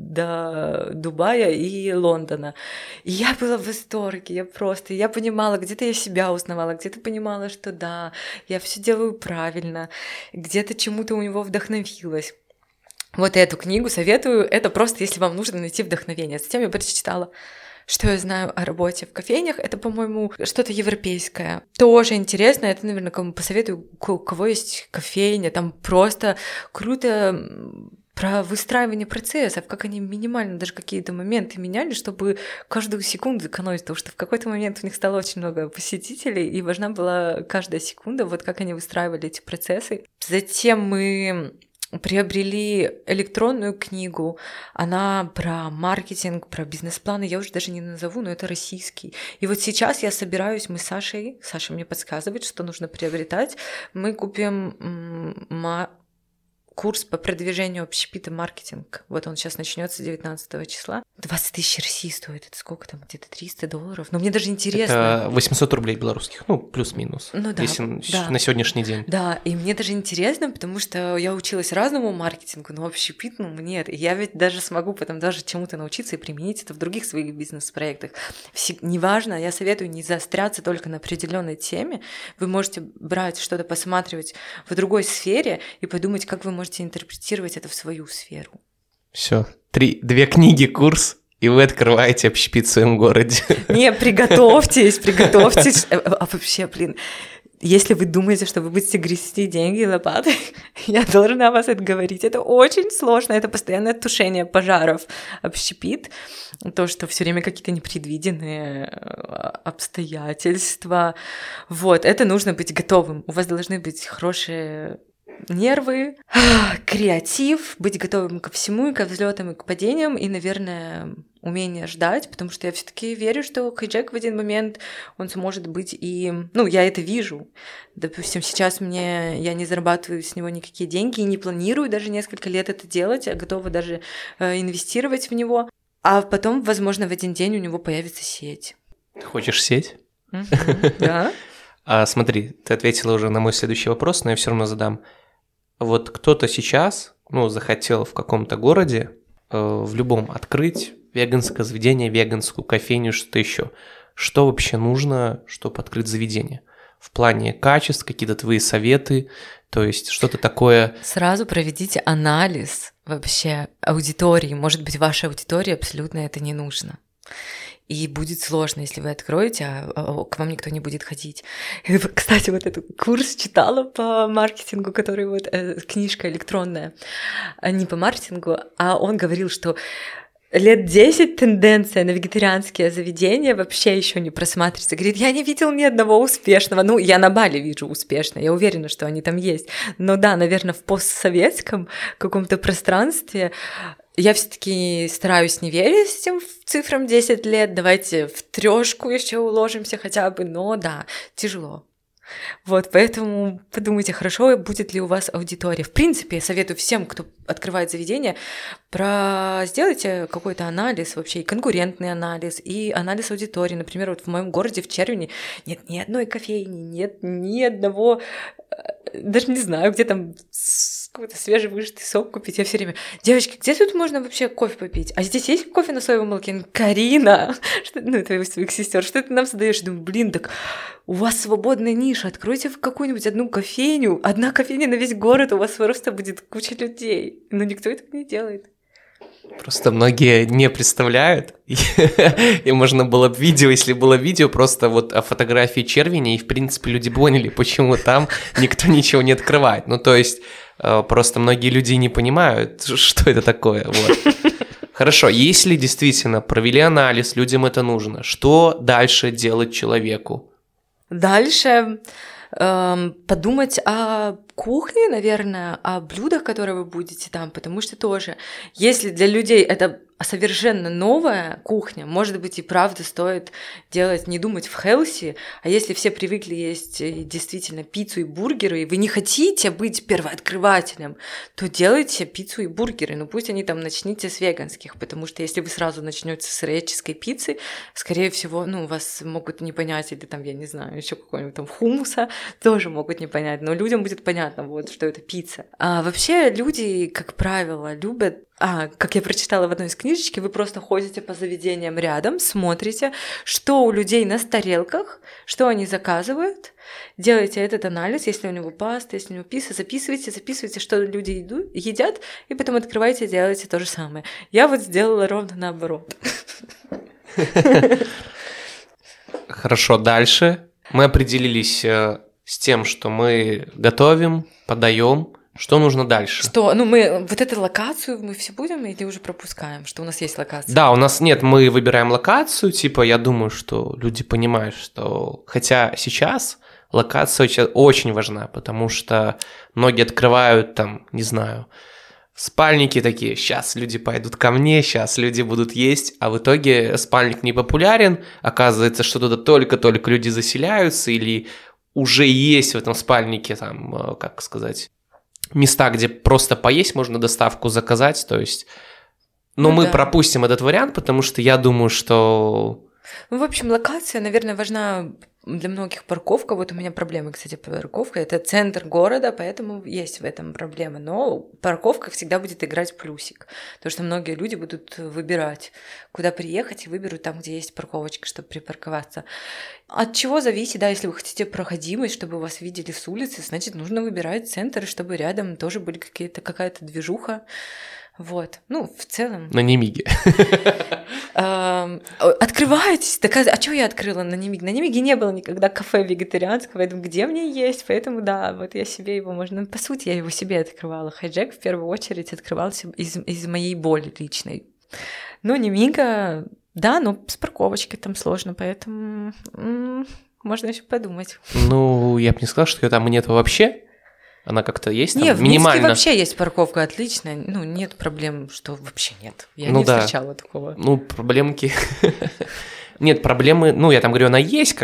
до Дубая и Лондона. И я была в восторге, я понимала, где-то я себя узнавала, где-то понимала, что да, я все делаю правильно, где-то чему-то у него вдохновилась. Вот эту книгу советую. Это просто, если вам нужно найти вдохновение. Затем я прочитала «Что я знаю о работе в кофейнях». Это, по-моему, что-то европейское. Тоже интересно. Это, наверное, кому посоветую, у кого есть кофейня. Там просто круто про выстраивание процессов, как они минимально даже какие-то моменты меняли, чтобы каждую секунду экономить, потому что в какой-то момент у них стало очень много посетителей, и важна была каждая секунда, вот как они выстраивали эти процессы. Затем мы приобрели электронную книгу, она про маркетинг, про бизнес-планы, я уже даже не назову, но это российский. И вот сейчас я собираюсь, мы с Сашей, Саша мне подсказывает, что нужно приобретать, мы купим курс по продвижению общепита маркетинг. Вот он сейчас начнется 19 числа. 20 тысяч России стоит. Это сколько там? Где-то $300. Но мне даже интересно. Это 800 рублей белорусских, плюс-минус. Ну да. Если на сегодняшний день. Да, и мне даже интересно, потому что я училась разному маркетингу, но общепит, нет. И я ведь даже смогу потом даже чему-то научиться и применить это в других своих бизнес-проектах. Неважно, я советую не заостряться только на определенной теме. Вы можете брать что-то, посматривать в другой сфере и подумать, как вы можете интерпретировать это в свою сферу. Все, 2 книги, курс, и вы открываете общепит в своем городе. Не, приготовьтесь. А вообще, если вы думаете, что вы будете грести деньги лопатой, я должна вас отговорить. Это очень сложно, это постоянное тушение пожаров. Общепит, то, что все время какие-то непредвиденные обстоятельства. Вот, это нужно быть готовым. У вас должны быть хорошие нервы, креатив, быть готовым ко всему, и к взлетам, и к падениям, и, наверное, умение ждать, потому что я все-таки верю, что хайджек в один момент, он сможет быть и... я это вижу. Допустим, сейчас я не зарабатываю с него никакие деньги, и не планирую даже несколько лет это делать, а готова даже инвестировать в него. А потом, возможно, в один день у него появится сеть. Ты хочешь сеть? Да. Смотри, ты ответила уже на мой следующий вопрос, но я все равно задам. Вот кто-то сейчас, захотел в каком-то городе, в любом, открыть веганское заведение, веганскую кофейню, что-то еще. Что вообще нужно, чтобы открыть заведение? В плане качеств, какие-то твои советы, то есть что-то такое... Сразу проведите анализ вообще аудитории. Может быть, вашей аудитории абсолютно это не нужно. И будет сложно, если вы откроете, а к вам никто не будет ходить. И, кстати, вот этот курс читала по маркетингу, который книжка электронная, не по маркетингу, а он говорил, что лет 10 тенденция на вегетарианские заведения вообще еще не просматривается. Говорит, я не видел ни одного успешного. Я на Бали вижу успешно, я уверена, что они там есть. Но да, наверное, в постсоветском каком-то пространстве я все-таки стараюсь не верить этим цифрам 10 лет. Давайте в 3 еще уложимся хотя бы. Но да, тяжело. Вот, поэтому подумайте, хорошо будет ли у вас аудитория. В принципе, я советую всем, кто открывает заведение, сделайте какой-то анализ вообще, и конкурентный анализ, и анализ аудитории. Например, вот в моем городе, в Червине, нет ни одной кофейни, нет ни одного, даже не знаю, где там какой-то свежевыжатый сок купить. Я все время, девочки, где тут можно вообще кофе попить? А здесь есть кофе на соевом молоке? Карина, это своих сестер, что ты нам создаешь? Думаю, так у вас свободная ниша, откройте какую-нибудь одну кофейню, одна кофейня на весь город, у вас просто будет куча людей. Но никто этого не делает. Просто многие не представляют, и можно было бы видео, если было видео, просто вот о фотографии Червиня, и в принципе люди поняли, почему там никто ничего не открывает. То есть просто многие люди не понимают, что это такое. Вот. Хорошо, если действительно провели анализ, людям это нужно, что дальше делать человеку? Дальше подумать о кухне, наверное, о блюдах, которые вы будете там, потому что тоже, если для людей это совершенно новая кухня, может быть, и правда стоит не думать в хелси, а если все привыкли есть действительно пиццу и бургеры, и вы не хотите быть первооткрывателем, то делайте пиццу и бургеры, пусть они там начните с веганских, потому что если вы сразу начнете с греческой пиццы, скорее всего, вас могут не понять, или там, я не знаю, еще какой-нибудь там хумуса тоже могут не понять, но людям будет понятно, что это пицца. А вообще люди, как правило, любят как я прочитала в одной из книжечки, вы просто ходите по заведениям рядом, смотрите, что у людей на тарелках, что они заказывают, делаете этот анализ, если у него паста, если у него пицца, записывайте, что люди едят, и потом открываете и делаете то же самое. Я вот сделала ровно наоборот. Хорошо, дальше. Мы определились с тем, что мы готовим, подаем. Что нужно дальше? Что? Мы вот эту локацию мы все будем или уже пропускаем, что у нас есть локация? Да, у нас нет, мы выбираем локацию, я думаю, что люди понимают, что... Хотя сейчас локация очень важна, потому что многие открывают там, не знаю, спальники такие, сейчас люди пойдут ко мне, сейчас люди будут есть, а в итоге спальник не популярен, оказывается, что туда только-только люди заселяются или уже есть в этом спальнике, там, как сказать... места, где просто поесть, можно доставку заказать, то есть... Но мы пропустим этот вариант, потому что я думаю, что... В общем, локация, наверное, важна для многих. Парковка. Вот у меня проблемы, кстати, парковка. Это центр города, поэтому есть в этом проблема. Но парковка всегда будет играть плюсик. Потому что многие люди будут выбирать, куда приехать, и выберут там, где есть парковочка, чтобы припарковаться. От чего зависит, да, если вы хотите проходимость, чтобы вас видели с улицы, значит, нужно выбирать центр, чтобы рядом тоже были какая-то движуха. Вот. В целом... На Немиге. Открывайтесь. А что я открыла на Немиге? На Немиге не было никогда кафе вегетарианского. Я думаю, где мне есть? Поэтому да, вот я себе его можно... По сути, я его себе открывала. Хайджек в первую очередь открывался из моей боли личной. Но Немига... Да, но с парковочкой там сложно, поэтому можно еще подумать. Я бы не сказала, что ее там нет вообще. Она как-то есть там? Нет, в минимально. Минске вообще есть парковка отличная. Нет проблем, что вообще нет. Я не встречала такого. Проблемки... Нет, проблемы... я там говорю, она есть,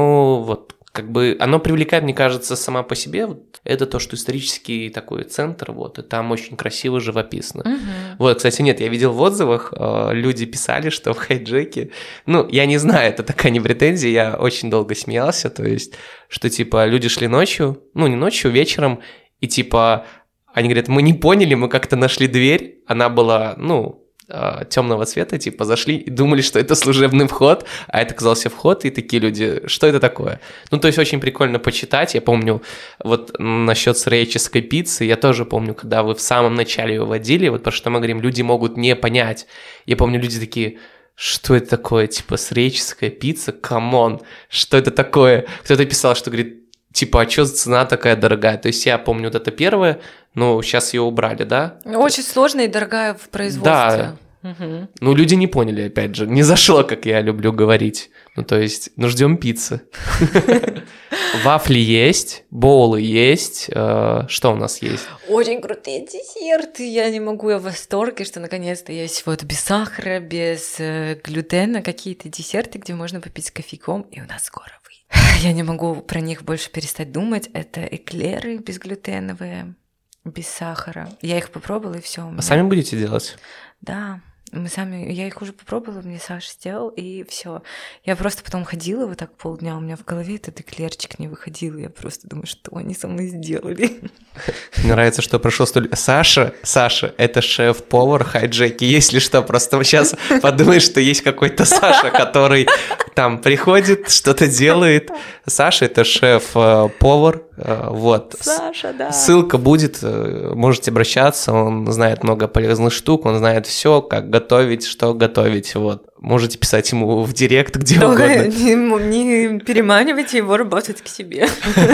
оно привлекает, мне кажется, сама по себе. Это то, что исторический такой центр, и там очень красиво, живописно. Угу. Кстати, нет, я видел в отзывах, люди писали, что в Хайджеке... я не знаю, это такая не претензия, я очень долго смеялся, то есть, что, люди шли ночью, не ночью, вечером, и, они говорят, мы не поняли, мы как-то нашли дверь, она была, темного цвета, зашли и думали, что это служебный вход, а это оказался вход, и такие люди, что это такое? То есть очень прикольно почитать. Я помню, насчет сыреческой пиццы, я тоже помню, когда вы в самом начале ее вводили, про что мы говорим, люди могут не понять. Я помню, люди такие, что это такое, сыреческая пицца, камон, что это такое? Кто-то писал, что говорит, а что цена такая дорогая? То есть я помню это первое, но сейчас ее убрали, да? Очень сложная и дорогая в производстве. Да. Угу. Люди не поняли, опять же, не зашло, как я люблю говорить. Ждем пиццы. Вафли есть, боулы есть. Что у нас есть? Очень крутые десерты. Я не могу, я в восторге, что наконец-то есть без сахара, без глютена какие-то десерты, где можно попить с кофейком, и у нас скоро выйдет. Я не могу про них больше перестать думать. Это эклеры безглютеновые, без сахара. Я их попробовала, и все. А сами будете делать? Да. Я их уже попробовала, мне Саша сделал, и все. Я просто потом ходила так полдня, у меня в голове этот эклерчик не выходил, я просто думаю, что они со мной сделали. Мне нравится, что прошел столь... Саша, это шеф-повар Хайджеки, если что, просто сейчас подумаешь, что есть какой-то Саша, который там приходит, что-то делает. Саша — это шеф-повар, Саша, да. Ссылка будет, можете обращаться, он знает много полезных штук, он знает все, как готовить, что готовить, Можете писать ему в директ, где угодно. Не переманивайте его работать к себе.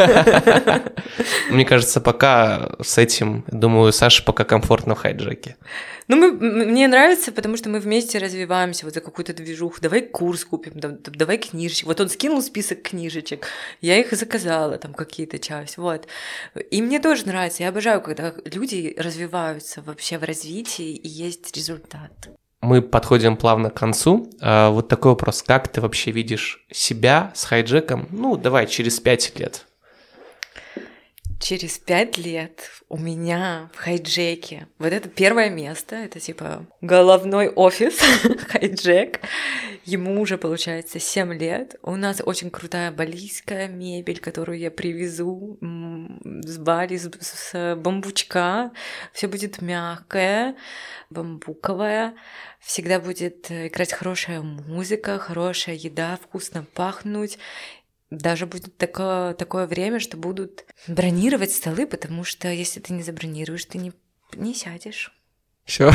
Мне кажется, пока с этим, думаю, Саше пока комфортно в Хайджеке. Мне нравится, потому что мы вместе развиваемся за какую-то движуху. Давай курс купим, давай книжечек. Он скинул список книжечек, я их заказала, там какие-то части, И мне тоже нравится, я обожаю, когда люди развиваются вообще в развитии и есть результат. Мы подходим плавно к концу. Такой вопрос. Как ты вообще видишь себя с Хайджеком? Давай, через 5 лет. Через 5 лет у меня в Хайджеке, вот это первое место, это типа головной офис Хайджек, ему уже получается 7 лет, у нас очень крутая балийская мебель, которую я привезу с Бали, с бамбучка, все будет мягкое, бамбуковое, всегда будет играть хорошая музыка, хорошая еда, вкусно пахнуть. Даже будет такое время, что будут бронировать столы, потому что если ты не забронируешь, ты не сядешь. Все.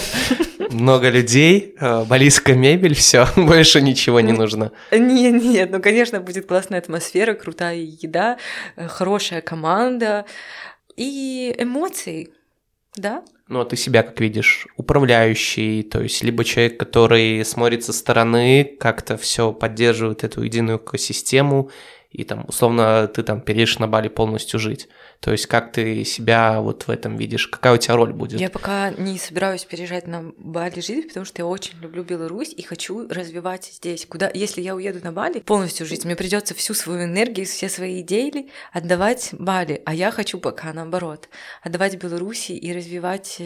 Много людей, балийская мебель, все, больше ничего не нужно. Нет, ну, конечно, будет классная атмосфера, крутая еда, хорошая команда и эмоции, да? Ну, а ты себя как видишь? Управляющий, то есть либо человек, который смотрит со стороны, как-то все поддерживает эту единую экосистему, и там, условно, ты там переедешь на Бали полностью жить. То есть как ты себя вот в этом видишь? Какая у тебя роль будет? Я пока не собираюсь переезжать на Бали жить, потому что я очень люблю Беларусь и хочу развивать здесь. Если я уеду на Бали полностью жить, мне придется всю свою энергию, все свои идеи отдавать Бали, а я хочу пока наоборот, отдавать Беларуси и развивать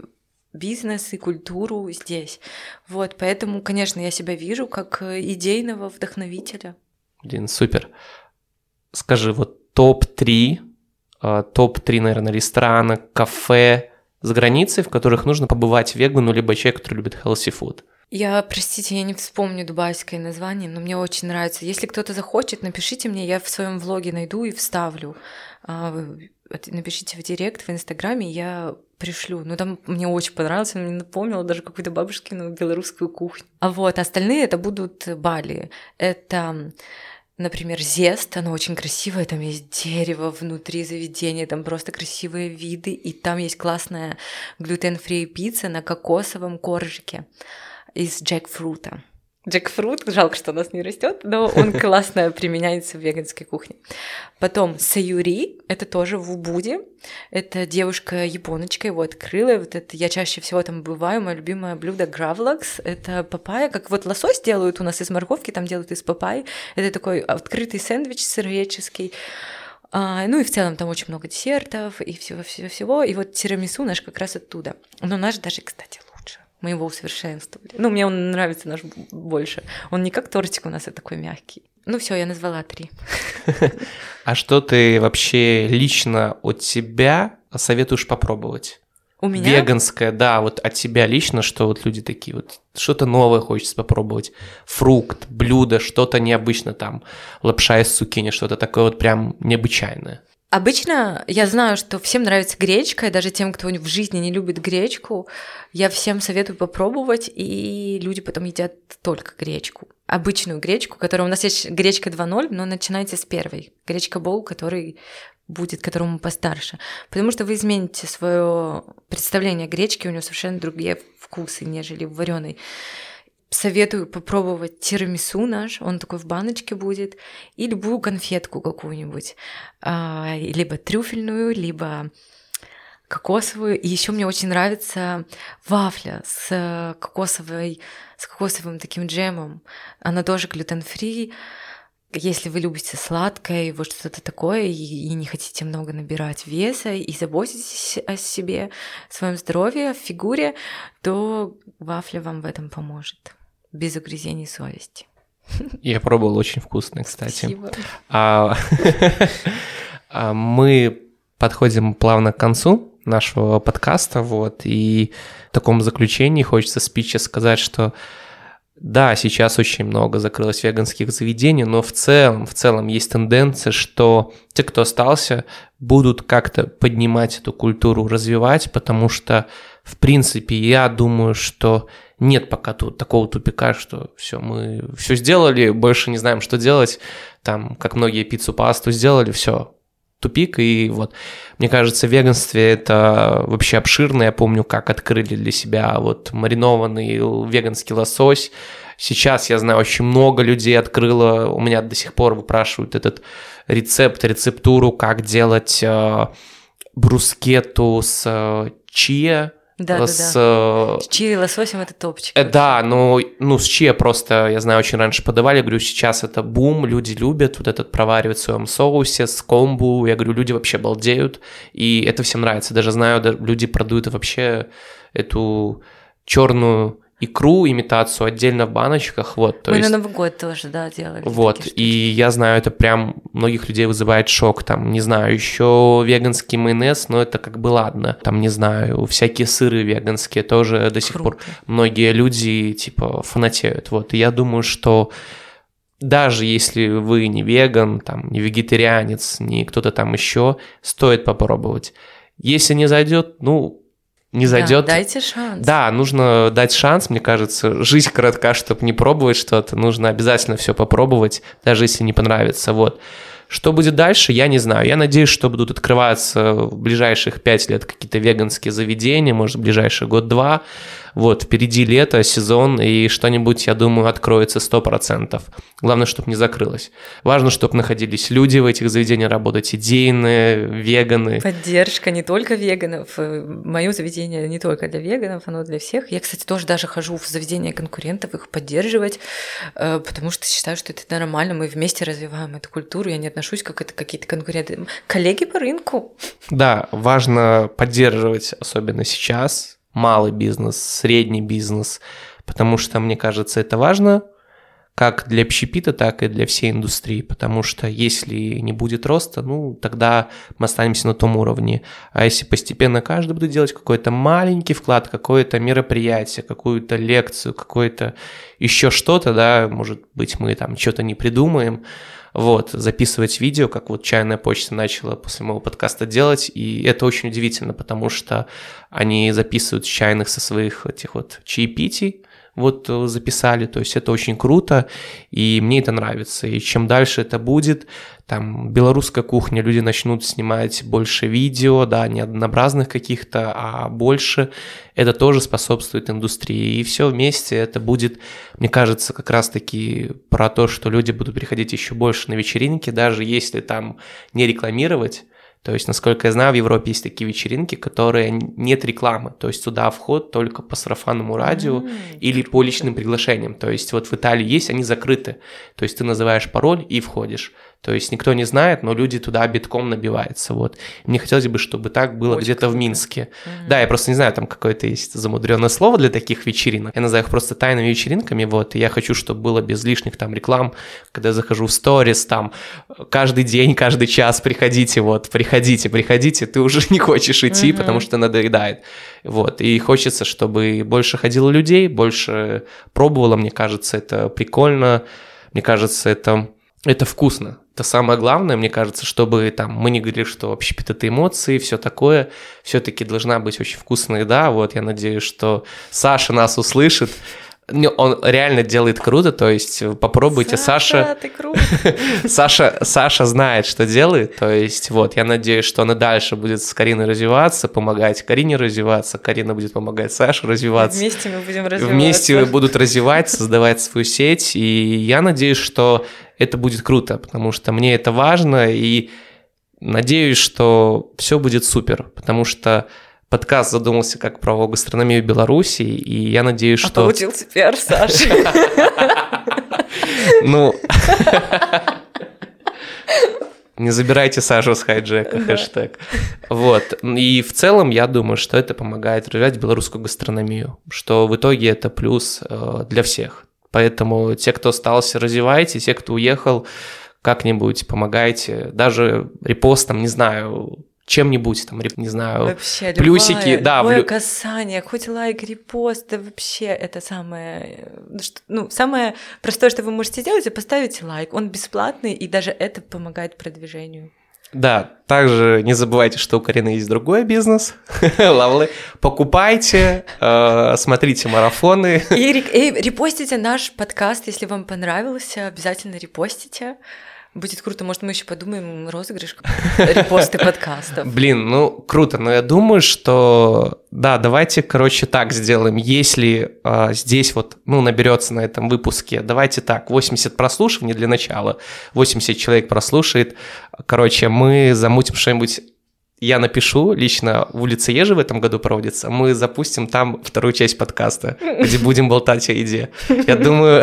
бизнес и культуру здесь. Вот, поэтому, конечно, я себя вижу как идейного вдохновителя. Блин, супер. Скажи, вот топ-3, наверное, ресторана, кафе за границей, в которых нужно побывать вегану, либо человеку, который любит healthy food. Простите, я не вспомню дубайское название, но мне очень нравится. Если кто-то захочет, напишите мне, я в своем влоге найду и вставлю. Напишите в директ в Инстаграме, я пришлю. Ну, там мне очень понравилось, мне напомнило даже какую-то бабушкину белорусскую кухню. А вот остальные это будут Бали. Это, например, Зест, оно очень красивое, там есть дерево внутри заведения, там просто красивые виды, и там есть классная глютен-фри пицца на кокосовом коржике из джекфрута. Джекфрут, жалко, что у нас не растет, но он классно применяется в веганской кухне. Потом саюри, это тоже в Убуде, это девушка-японочка его открыла, вот это я чаще всего там бываю, мое любимое блюдо гравлакс, это папайя, как вот лосось делают у нас из морковки, там делают из папайи, это такой открытый сэндвич сыроедческий. Ну и в целом там очень много десертов и всего-всего, и вот тирамису наш как раз оттуда, но наш даже, кстати, мы его усовершенствовали. Ну, мне он нравится наш больше. Он не как тортик у нас, а такой мягкий. Ну, все, я назвала 3. А что ты вообще лично от себя советуешь попробовать? У меня? Веганское, да, вот от тебя лично, что вот люди такие вот, что-то новое хочется попробовать. Фрукт, блюдо, что-то необычное там, лапша из цукини, что-то такое вот прям необычайное. Обычно я знаю, что всем нравится гречка, и даже тем, кто в жизни не любит гречку, я всем советую попробовать, и люди потом едят только гречку. Обычную гречку, которая у нас есть гречка 2.0, но начинайте с первой. Гречка-боул, который будет, которому постарше. Потому что вы измените свое представление о гречке, у него совершенно другие вкусы, нежели в вареной. Советую попробовать тирамису наш, он такой в баночке будет, и любую конфетку какую-нибудь, либо трюфельную, либо кокосовую. И еще мне очень нравится вафля с кокосовым таким джемом. Она тоже глютен-фри. Если вы любите сладкое, вот что-то такое, и не хотите много набирать веса, и заботитесь о себе, о своем здоровье, о фигуре, то вафля вам в этом поможет. Без угрызений совести. Я пробовал, очень вкусно, кстати. Спасибо. Мы подходим плавно к концу нашего подкаста, вот, и в таком заключении хочется спича сказать, что да, сейчас очень много закрылось веганских заведений, но в целом есть тенденция, что те, кто остался, будут как-то поднимать эту культуру, развивать, потому что, в принципе, я думаю, что нет пока тут такого тупика, что все, мы все сделали, больше не знаем, что делать, там, как многие пиццу, пасту сделали, все, тупик, и вот, мне кажется, в веганстве это вообще обширно. Я помню, как открыли для себя вот маринованный веганский лосось. Сейчас, я знаю, очень много людей открыло, у меня до сих пор выпрашивают этот рецептуру, как делать брускетту с чиа, Да. С чили и лососем это топчик. Да, с чия просто, я знаю, очень раньше подавали, говорю, сейчас это бум, люди любят вот этот проваривать в своем соусе с комбу, я говорю, люди вообще балдеют, и это всем нравится, даже знаю, люди продают вообще эту черную икру, имитацию отдельно в баночках, вот, то мы есть... на Новый год тоже, да, делали. Вот, и я знаю, это прям многих людей вызывает шок, там, не знаю, еще веганский майонез, но это как бы ладно, там, не знаю, всякие сыры веганские тоже до сих пор многие люди, типа, фанатеют, вот, и я думаю, что даже если вы не веган, там, не вегетарианец, не кто-то там еще, стоит попробовать. Если не зайдет, не зайдет. Да, дайте шанс. Да, нужно дать шанс, мне кажется. Жизнь коротка, чтобы не пробовать что-то. Нужно обязательно все попробовать, даже если не понравится. Вот. Что будет дальше, я не знаю. Я надеюсь, что будут открываться в ближайших 5 лет какие-то веганские заведения, может, в ближайший год-два. Вот, впереди лето, сезон, и что-нибудь, я думаю, откроется 100%. Главное, чтобы не закрылось. Важно, чтобы находились люди в этих заведениях, работать идейные, веганы. Поддержка не только веганов. Мое заведение не только для веганов, оно для всех. Я, кстати, тоже даже хожу в заведения конкурентов, их поддерживать, потому что считаю, что это нормально. Мы вместе развиваем эту культуру. Я не отношусь как это какие-то конкуренты. Коллеги по рынку. Да, важно поддерживать, особенно сейчас, малый бизнес, средний бизнес, потому что, мне кажется, это важно как для общепита, так и для всей индустрии, потому что если не будет роста, тогда мы останемся на том уровне. А если постепенно каждый будет делать какой-то маленький вклад, какое-то мероприятие, какую-то лекцию, какое-то еще что-то, да, может быть, мы там что-то не придумаем, вот, записывать видео, как вот «Чайная почта» начала после моего подкаста делать, и это очень удивительно, потому что они записывают с чайных со своих этих вот чаепитий, вот записали, то есть это очень круто, и мне это нравится, и чем дальше это будет, там, белорусская кухня, люди начнут снимать больше видео, да, не однообразных каких-то, а больше, это тоже способствует индустрии, и все вместе это будет, мне кажется, как раз-таки про то, что люди будут приходить еще больше на вечеринки, даже если там не рекламировать. То есть, насколько я знаю, в Европе есть такие вечеринки, которые нет рекламы, то есть туда вход только по сарафанному радио или по личным приглашениям. То есть вот в Италии есть, они закрыты, то есть ты называешь пароль и входишь. То есть никто не знает, но люди туда битком набиваются. Вот. Мне хотелось бы, чтобы так было очень где-то круто. В Минске. Да, я просто не знаю, там какое-то есть замудренное слово для таких вечеринок. Я называю их просто тайными вечеринками, вот, и я хочу, чтобы было без лишних там реклам, когда я захожу в сторис, там, каждый день, каждый час приходите, вот, приходите, ты уже не хочешь идти, потому что надоедает. Вот, и хочется, чтобы больше ходило людей, больше пробовало, мне кажется, это прикольно, мне кажется, это вкусно. Это самое главное, мне кажется, чтобы там мы не говорили, что общепит — это эмоции, все такое. Все-таки должна быть очень вкусная еда. Вот я надеюсь, что Саша нас услышит. Он реально делает круто, то есть попробуйте, Саша. Ты крут. Саша знает, что делает, то есть вот я надеюсь, что она дальше будет с Кариной развиваться, помогать Карине развиваться, Карина будет помогать Саше развиваться. Вместе мы будем развиваться. Вместе будут развивать, создавать свою сеть, и я надеюсь, что это будет круто, потому что мне это важно, и надеюсь, что все будет супер, потому что подкаст задумался как про гастрономию Беларуси, и я надеюсь, что... получился пиар Саши. Не забирайте Сашу с хайджека, хэштег. Вот. И в целом я думаю, что это помогает развивать белорусскую гастрономию, что в итоге это плюс для всех. Поэтому те, кто остался, развивайте, те, кто уехал, как-нибудь помогайте, даже репостом, не знаю, чем-нибудь, там, не знаю, вообще, плюсики. Любое касание, хоть лайк, репост, да вообще это самое, самое простое, что вы можете сделать, это поставить лайк. Он бесплатный, и даже это помогает продвижению. Да, также не забывайте, что у Карины есть другой бизнес. Покупайте, смотрите марафоны. И репостите наш подкаст, если вам понравился, обязательно репостите. Будет круто, может, мы еще подумаем розыгрыш, репосты подкастов. Блин, круто, но я думаю, что, да, давайте, так сделаем, если здесь вот, наберется на этом выпуске, давайте так, 80 прослушиваний для начала, 80 человек прослушает, мы замутим что-нибудь я напишу, лично в улице Ежи в этом году проводится, мы запустим там вторую часть подкаста, где будем болтать о еде. Я думаю...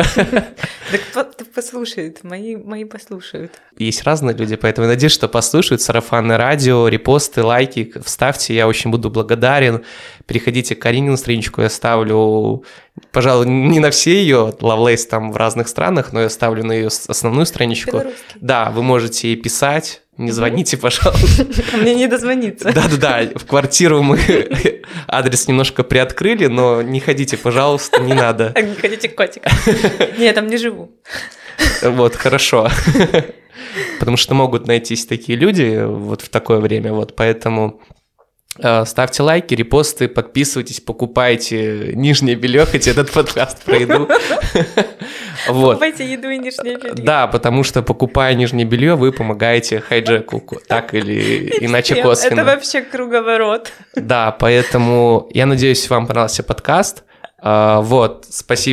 Так послушают, мои послушают. Есть разные люди, поэтому я надеюсь, что послушают. Сарафанное радио, репосты, лайки вставьте, я очень буду благодарен. Переходите к Карине на страничку, я ставлю, пожалуй, не на все ее, Lovelace там в разных странах, но я ставлю на ее основную страничку. Белорусский. Да, вы можете ей писать. Не звоните, пожалуйста. Мне не дозвониться. Да, в квартиру мы адрес немножко приоткрыли, но не ходите, пожалуйста, не надо. Не ходите к котику. Не, я там не живу. Вот, хорошо. Потому что могут найтись такие люди вот в такое время, вот, поэтому... Ставьте лайки, репосты, подписывайтесь, покупайте нижнее белье, хоть этот подкаст про еду. Покупайте еду и нижнее белье. Да, потому что, покупая нижнее белье, вы помогаете хайджеку, так или иначе косвенно. Это вообще круговорот. Да, поэтому я надеюсь, вам понравился подкаст. Вот,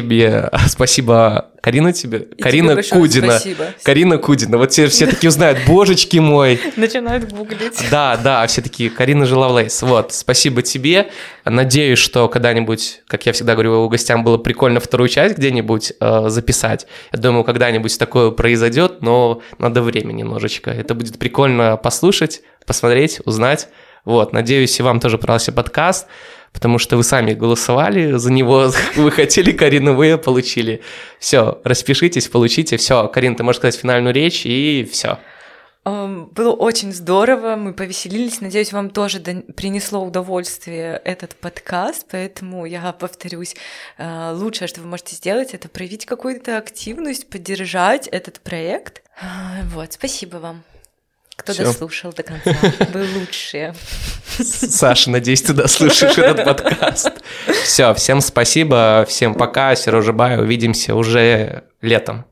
спасибо, Карина тебе. Карина Кудина. Спасибо. Карина Кудина. Вот теперь все такие узнают, божечки мой. Начинают гуглить. Да, все такие, Карина же Lovelace. Вот, спасибо тебе. Надеюсь, что когда-нибудь, как я всегда говорю, у гостям было прикольно вторую часть где-нибудь записать. Я думаю, когда-нибудь такое произойдет, но надо время немножечко. Это будет прикольно послушать, посмотреть, узнать. Вот, надеюсь, и вам тоже понравился подкаст, потому что вы сами голосовали за него, вы хотели Карину, вы ее получили. Все, распишитесь, получите, все. Карин, ты можешь сказать финальную речь, и все. Было очень здорово, мы повеселились, надеюсь, вам тоже принесло удовольствие этот подкаст, поэтому я повторюсь, лучшее, что вы можете сделать, это проявить какую-то активность, поддержать этот проект. Вот, спасибо вам. Кто дослушал до конца, вы лучшие. Саша, надеюсь, ты дослушаешь этот подкаст. Все, всем спасибо, всем пока, Сережа Бай, увидимся уже летом.